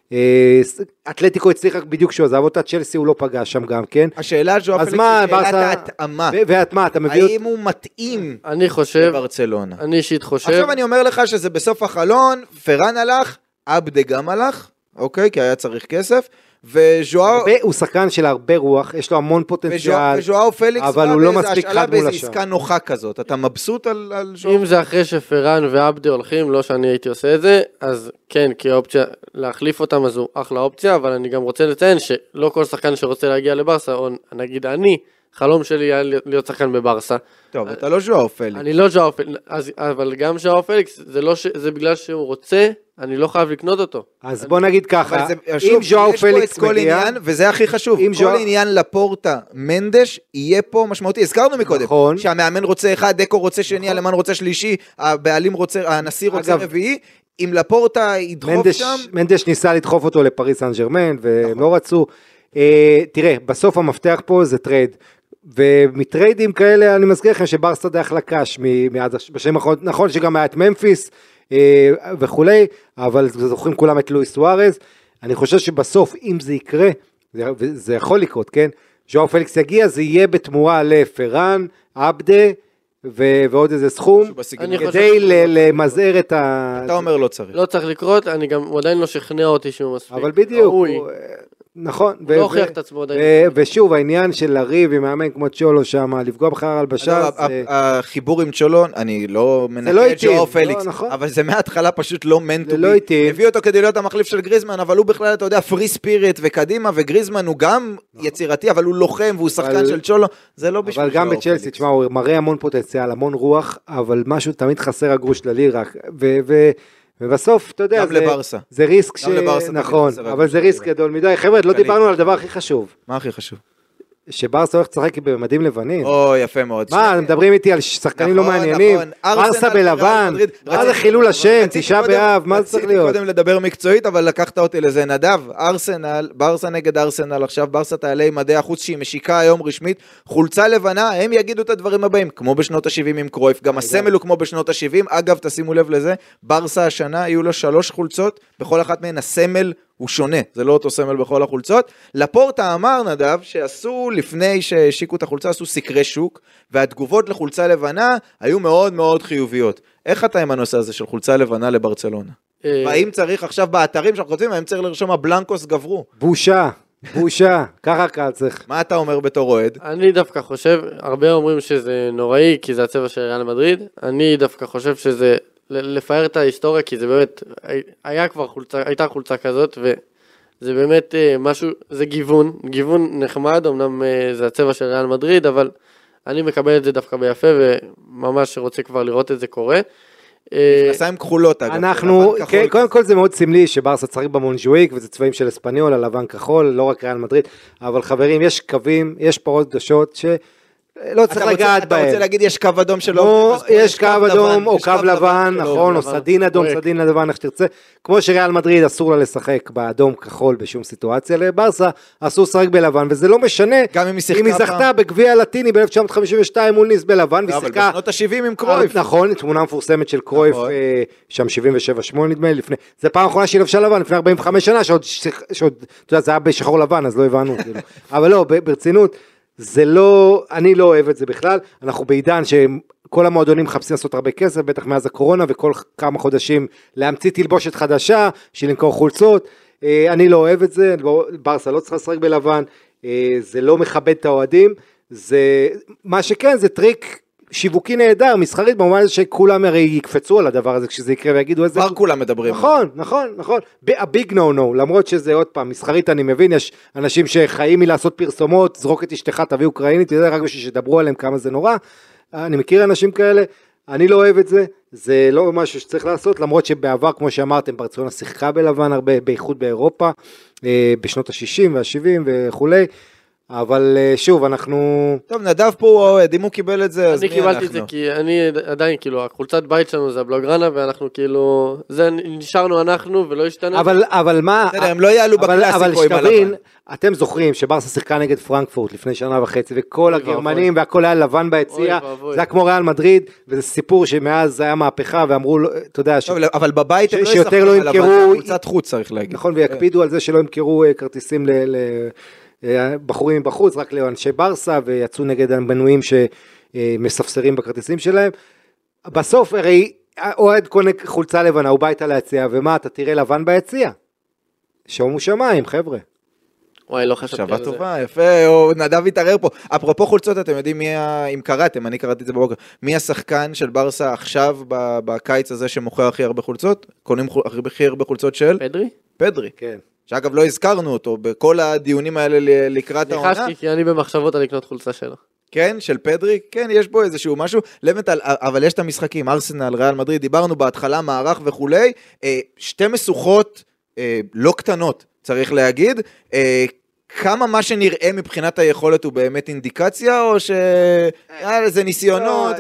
אתלטיקו הצליחה בדיוק שהוא עזב אותה, צ'לסי הוא לא פגש שם גם, כן? השאלה ז'ואר פליקס היא שאלת ההתאמה. והתאמה, אתה מביא... האם הוא מתאים לברצלונה? אני אישית חושב... עכשיו אני אומר לך שזה בסוף החלון, פרן הלך, עבדה גם הלך, אוקיי, כי היה צריך כסף, וז'ואר... הוא שחקן של הרבה רוח, יש לו המון פוטנציאל, וז'ואר פליקס אבל הוא לא מספיק חד מול באיזו השאר. עסקה נוחה כזאת, אתה מבסוט על ז'ואר? אם זה אחרי שפרן ועבדה הולכים, לא שאני הייתי עושה את זה, אז כן, כי האופציה להחליף אותם, אז הוא אחלה אופציה, אבל אני גם רוצה לציין שלא כל שחקן שרוצה להגיע לברסה, או נגיד אני, חלום שלי היה להיות שחקן בברסה. טוב, אתה לא ז'ואר פליקס. אני לא ז'ואר פליקס, אבל גם ז'ואר פליקס, זה בגלל שהוא רוצה, אני לא חייב לקנות אותו. אז בוא נגיד ככה, אם ז'ואר פליקס מגיע, וזה הכי חשוב, כל עניין לפורטה מנדש יהיה פה משמעותי, הזכרנו מקודם, שהמאמן רוצה אחד, דקו רוצה שני, אלמן רוצה שלישי, הבעלים רוצה, הנשיא רוצה רביעי, אם לפורטה ידחוף שם... מנדש ניסה לדחוף אותו לפריס סן ז'רמן, והם לא רצו. תראה, בסוף המפתח פה זה טרייד, ומטריידים כאלה אני מזכיר לכם שברסה די החלקש בשנים האחרונות, נכון שגם היה את ממפיס וכולי, אבל זוכרים כולם את לואיס סוארז. אני חושב שבסוף אם זה יקרה, זה יכול לקרות, כן? ז'ואר פליקס יגיע, זה יהיה בתמורה לפרן, עבדה ועוד איזה סכום, כדי למזער את ה... אתה אומר לא צריך. לא צריך לקרות, אני גם עדיין לא שכנע אותי שהוא מספיק. אבל בדיוק, נכון. לא הוכיח את עצמו עדיין. ושוב, העניין של לריב עם מאמן כמו צ'ולו שם, לפגוע בחר על בשעה. החיבור עם צ'ולו, אני לא מנקה את ז'ואר פליקס, אבל זה מההתחלה פשוט לא מנטו בי. הביא אותו כדי להיות המחליף של גריזמן, אבל הוא בכלל, אתה יודע, פרי ספיריט וקדימה, וגריזמן הוא גם יצירתי, אבל הוא לוחם והוא שחקן של צ'ולו, זה לא בשביל אבל גם בצ'לסי, תשמע, הוא מראה המון פוטנציאל, המון רוח, אבל משהו תמיד חסר הגרוש ללירה, ובסוף, אתה יודע, זה ריסק נכון, אבל זה ריסק גדול מדי. חבר'ה, לא דיברנו על הדבר הכי חשוב. מה הכי חשוב? שברסה הולך לשחק במדים לבנים. או, יפה מאוד. מה, מדברים איתי על שחקנים לא מעניינים? ברסה בלבן, מה זה חילול השם, תשעה באב, מה זה צריך להיות? רציתי קודם לדבר מקצועית, אבל לקחת אותי לזה. נדב, ארסנל, ברסה נגד ארסנל, עכשיו ברסה תעלה עם מדעי החוץ שהיא משיקה היום רשמית, חולצה לבנה, הם יגידו את הדברים הבאים, כמו בשנות ה-70 עם קרויף, גם הסמל הוא כמו בשנות ה-70, אגב, תשימו לב לזה, ברסה השנה היו לו 3 חולצות, בכל אחת מהן הסמל הוא שונה, זה לא אותו סמל בכל החולצות. לפורטה אמר נדב שעשו לפני שהשיקו את החולצה, עשו סקרי שוק, והתגובות לחולצה לבנה היו מאוד מאוד חיוביות. איך אתה עם הנושא הזה של חולצה לבנה לברצלונה? והאם צריך עכשיו באתרים שאנחנו כותבים, האם צריך לרשום הבלנקוס גברו? בושה, ככה קל צריך. מה אתה אומר בתור אוהד? אני דווקא חושב, הרבה אומרים שזה נוראי, כי זה הצבע של ריאל מדריד, אני דווקא חושב שזה לפאר את ההיסטוריה, כי זה באמת, הייתה חולצה כזאת, וזה באמת משהו, זה גיוון נחמד, אמנם זה הצבע של ריאל מדריד, אבל אני מקבל את זה דווקא ביפה, וממש רוצה כבר לראות את זה קורה. נסיים כחולות, אגב. אנחנו, קודם כל זה מאוד סמלי, שברסה צריך במונג'וויק, וזה צבעים של אספניול, הלבן כחול, לא רק ריאל מדריד, אבל חברים, יש קווים, יש פרות קדושות, לא צריך לגעת בהם. אתה רוצה להגיד יש קו אדום שלא... יש קו אדום או קו לבן, נכון, או סדין אדום, סדין לבן, איך שתרצה. כמו שריאל מדריד אסור לה לשחק באדום כחול בשום סיטואציה, לברסה אסור לשחק בלבן, וזה לא משנה אם היא זכתה בגביע הלטיני ב-1952 מול ניס בלבן, אבל בשנות ה-70 עם קרויף. נכון, תמונה מפורסמת של קרויף, שם 77-8 נדמה לי, זה פעם האחרונה שהיא לבשה לבן, לפני 45 שנה, שעוד, אתה יודע, זה היה בשחור לבן, אז לא הבנו, אבל לא, ברצינות, זה לא, אני לא אוהב את זה בכלל, אנחנו בעידן כל המועדונים מחפשים לעשות הרבה כסף, בטח מאז הקורונה, וכל כמה חודשים להמציא תלבושת חדשה, של למכור חולצות, אני לא אוהב את זה, ברסה לא צריך לשחק בלבן, זה לא מכבד את האוהדים, זה, מה שכן זה טריק שיווקי נהדר, מסחרית, במובן הזה שכולם הרי יקפצו על הדבר הזה, כשזה יקרה ויגידו איזה... כבר כולם מדברים. נכון, הביג נו נו, למרות שזה עוד פעם, מסחרית אני מבין, יש אנשים שחיים מלעשות פרסומות, זרוק את אשתך, תביא אוקראינית, אתה יודע, רק בשביל שדברו עליהם כמה זה נורא, אני מכיר אנשים כאלה, אני לא אוהב את זה, זה לא משהו שצריך לעשות, למרות שבעבר, כמו שאמרתם, ברצלונה שיחקה בלבן הרבה, בייחוד באירופה, בשנות ה-60 וה-70 וכולי, אבל שוב, אנחנו... טוב, נדב פה אוהד, אם הוא קיבל את זה, אז מי אנחנו? אני קיבלתי את זה כי אני עדיין, כאילו, החולצת בית שלנו זה הבלוגרנה, ואנחנו כאילו, זה נשארנו אנחנו ולא השתנה. אבל מה... הם לא יעלו בקלאסיקו עם הלבן. אתם זוכרים שברסה שיחקה נגד פרנקפורט לפני שנה וחצי, וכל הגרמנים והכל היה לבן ביציע, זה היה כמו ריאל מדריד, וזה סיפור שמאז זה היה מהפכה, ואמרו, אתה יודע, אבל בבית הם לא שיותר לא ימכרו... קבוצת חוץ צריך להגיד. נכון, ויקפידו על זה שלא ימכרו כרטיסים בחורים בחוץ, רק לאנשי ברסה, ויצאו נגד המנויים שמספסרים בכרטיסים שלהם. בסוף, הרי, אוהד קונה חולצה לבנה, הוא בא איתה להציע, ומה, אתה תראה לבן ביציע? שומו שמיים, חבר'ה. וואי, לא חשבתי על זה. שווה טובה, יפה, נדב התערר פה. אפרופו חולצות, אתם יודעים מי, אם קראתם, אני קראתי את זה בבוקר, מי השחקן של ברסה עכשיו, בקיץ הזה שמוכר הכי הרבה חולצות? קונים הכי הרבה חולצות של? פדרי. כן. שאגב לא הזכרנו אותו בכל הדיונים האלה לקראת העונה. ניחשתי, כי אני במחשבות על לקנות חולצה שלו. כן, של פדרי, כן, יש בו איזשהו משהו, אבל יש את המשחקים, ארסנל, ריאל מדריד, דיברנו בהתחלה, מערך וכולי, שתי משוכות לא קטנות, צריך להגיד, כמה מה שנראה מבחינת היכולת הוא באמת אינדיקציה, או שזה ניסיונות,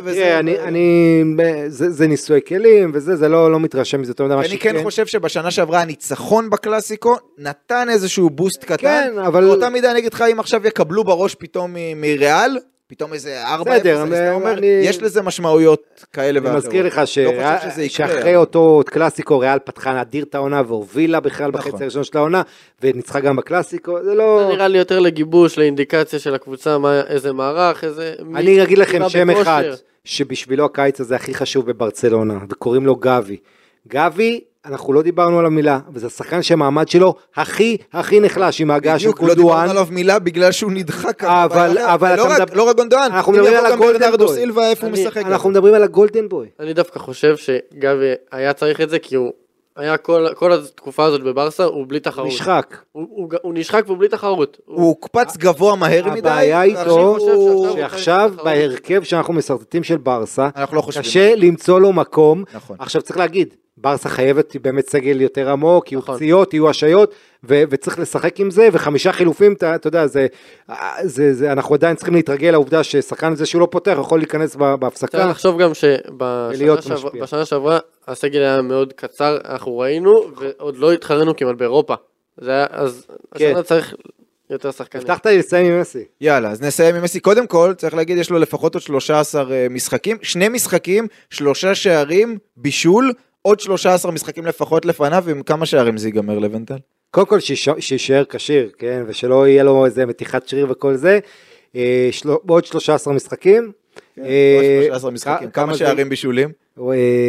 זה ניסוי כלים, וזה לא מתרשם מזה. אני כן חושב שבשנה שעברה הניצחון בקלאסיקו נתן איזשהו בוסט קטן, באותה מידה אני אגיד לך, אם עכשיו יקבלו בראש פתאום מריאל, פתאום איזה 4-0, יש לזה משמעויות כאלה ואחרות. אני מזכיר לך שאחרי אותו קלאסיקו ריאל פתחה נדיר את העונה והובילה בכלל בחצי הראשון של העונה וניצחה גם בקלאסיקו, זה לא... זה נראה לי יותר לגיבוש, לאינדיקציה של הקבוצה, איזה מערך, איזה... אני אגיד לכם שם אחד שבשבילו הקיץ הזה הכי חשוב בברצלונה וקוראים לו גבי. גבי, אנחנו לא דיברנו על המילה, וזה השחקן שהמעמד שלו הכי נחלש עם ההגעה של גונדואן. לא דיברנו עליו מילה בגלל שהוא נדחק. אבל לא רק גונדואן, אנחנו מדברים על הגולדן בוי. סילבה, איפה הוא משחק. אנחנו מדברים על הגולדן בוי. אני דווקא חושב שגבי היה צריך את זה, כי הוא היה כל התקופה הזאת בברסה, הוא בלי תחרות. הוא נשחק. הוא נשחק והוא בלי תחרות. הוא הוקפץ גבוה מהר מדי. הבעיה איתו שעכשיו בהרכב שאנחנו מסרטטים של ברסה, קשה למצוא לו מקום. עכשיו צריך להגיד, ברסה חייבת באמת סגל יותר עמוק, יהיו פציעות, יהיו השעיות, וצריך לשחק עם זה, וחמישה חילופים, אתה יודע, אנחנו עדיין צריכים להתרגל לעובדה ששחקן הזה שהוא לא פותח, יכול להיכנס בהפסקה. צריך לחשוב גם שבשנה שעברה, הסגל היה מאוד קצר, אנחנו ראינו, ועוד לא התחרנו כמעט באירופה. אז השנה צריך יותר שחקנים. הבטחת לי לסיים עם מסי. יאללה, אז נסיים עם מסי. קודם כל, צריך להגיד, יש לו לפחות עוד 13 משחקים, 2 משחקים, 3 שערים, בישול, עוד 13 משחקים לפחות לפניו, עם כמה שערים זה ייגמר לבנטל? קודם כל שישאר כשיר, כן, ושלא יהיה לו איזה מתיחת שריר וכל זה, עוד 13 משחקים. עוד 13 משחקים, כמה שערים בישולים? 10-10.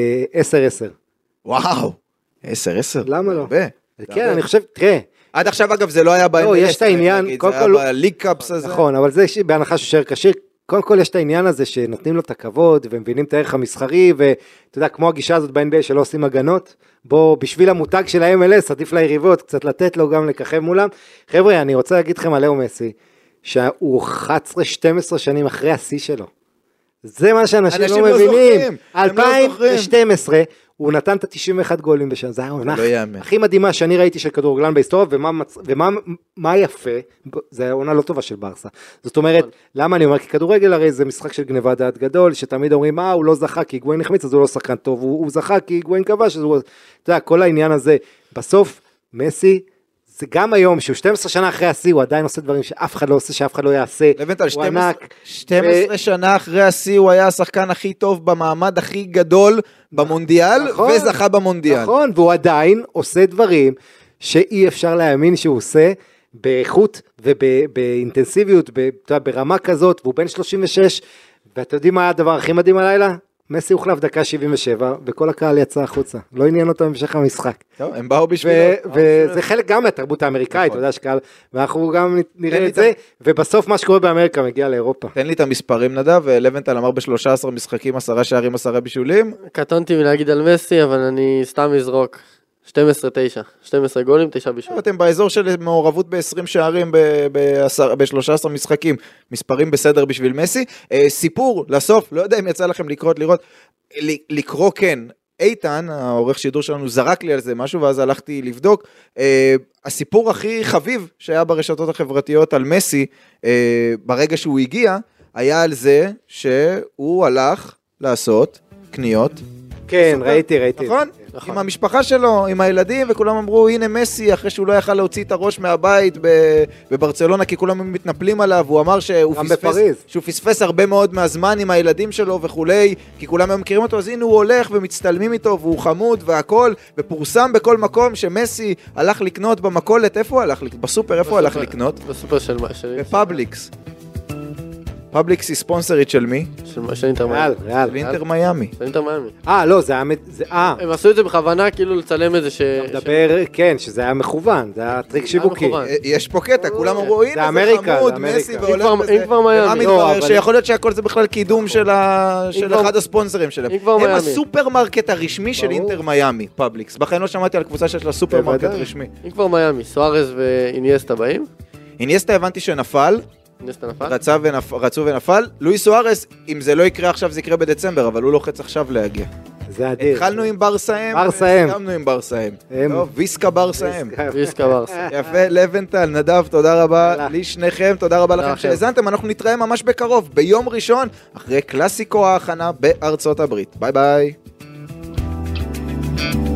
וואו, 10-10. למה לא? כן, אני חושב, תראה. עד עכשיו אגב זה לא היה לא, יש את העניין, זה היה בליג קאפס הזה. נכון, אבל זה בהנחה שישאר כשיר, קודם כל יש את העניין הזה שנותנים לו את הכבוד ומבינים את הערך המסחרי ואתה יודע כמו הגישה הזאת ב-NBA שלא עושים הגנות בוא בשביל המותג של ה-MLS עדיף ליריבות קצת לתת לו גם לככב מולם. חבר'ה אני רוצה להגיד לכם על לאו מסי שהוא 11-12 שנים אחרי השיא שלו זה מה שאנשים לא מבינים 2012 הוא נתן את 91 גולים בשנה, זה היה עונה הכי מדהימה שאני ראיתי של כדורגלן בהיסטוריה, ומה יפה, זה היה עונה לא טובה של ברסה. זאת אומרת, למה אני אומר? כי כדורגל הרי זה משחק של גניבת דעת גדול, שתמיד אומרים, הוא לא זכה כי גווין החמיץ, אז הוא לא שחקן טוב, הוא זכה כי גווין כבש, אתה יודע, כל העניין הזה, בסוף, מסי, זה גם היום, שהוא 12 שנה אחרי השיא, הוא עדיין עושה דברים שאף אחד לא עושה, שאף אחד לא יעשה, הוא ענק. 12 שנה אחרי השיא, הוא היה השחקן הכי טוב במעמד הכי גדול במונדיאל, וזכה במונדיאל. נכון, והוא עדיין עושה דברים שאי אפשר להאמין שהוא עושה, באיכות ובאינטנסיביות, ברמה כזאת, והוא בן 36, ואתם יודעים מה הדבר הכי מדהים הלילה? מסי הוחלף דקה 77, וכל הקהל יצא החוצה. לא עניין אותו המשך המשחק. טוב, הם באו בשבילו. וזה חלק גם מהתרבות האמריקאית, אתה יודע שקהל, ואנחנו גם נראה את זה, ובסוף מה שקורה באמריקה מגיע לאירופה. תן לי את המספרים נדב, לבנטל אמר ב-13 משחקים, 10 שערים, 10 בישולים. קטונתי מלהגיד על מסי, אבל אני סתם אזרוק. 12-9, 12 גולים, 9 בישולים. אתם באזור של מעורבות ב-20 שערים ב-13 משחקים, מספרים בסדר בשביל מסי. סיפור לסוף, לא יודע אם יצא לכם לקרוא כן, איתן, העורך שידור שלנו, זרק לי על זה משהו, ואז הלכתי לבדוק. הסיפור הכי חביב שהיה ברשתות החברתיות על מסי, ברגע שהוא הגיע, היה על זה שהוא הלך לעשות קניות. כן, ראיתי. נכון? עם המשפחה שלו, עם הילדים, וכולם אמרו, הנה מסי, אחרי שהוא לא יכל להוציא את הראש מהבית בברצלונה, כי כולם מתנפלים עליו, הוא אמר שהוא פספס הרבה מאוד מהזמן עם הילדים שלו וכולי, כי כולם הם מכירים אותו, אז הנה הוא הולך ומצטלמים איתו, והוא חמוד והכל, ופורסם בכל מקום שמסי הלך לקנות במכולת, איפה הוא הלך? בסופר, איפה הוא הלך לקנות? בסופר של בפאבליקס. פאבליקס היא ספונסרית של מי? של אינטר מיאמי. של אינטר מיאמי. של אינטר מיאמי. לא, זה היה... הם עשו את זה בכוונה, כאילו לצלם את זה מדבר, כן, שזה היה מכוון, זה היה טריק שיווקי. יש פה קטע, כולם אמרו, הנה זה חמוד, מסי והולך בזה. אם כבר מיאמי. שיכול להיות שהכל זה בכלל קידום של אחד הספונסרים שלהם. הם הסופרמרקט הרשמי של אינטר מיאמי, פאבליקס. בכן לא שמעתי על קבוצה שיש לה סופרמרקט רשמי. אם כבר מיאמי, סוארז ואיניאסטה באים? איניאסטה הבנתי שנפל. רצו ונפל. לואיס סוארס, אם זה לא יקרה עכשיו זה יקרה בדצמבר, אבל הוא לוחץ עכשיו להגיע. זה אדיר. התחלנו עם ברסאם, והסכמנו עם ברסאם. ויסקה ברסאם. יפה, לבנטל, נדב, תודה רבה לי שניכם, תודה רבה לכם שהאזנתם, אנחנו נתראה ממש בקרוב, ביום ראשון, אחרי קלאסיקו ההכנה בארצות הברית. ביי ביי.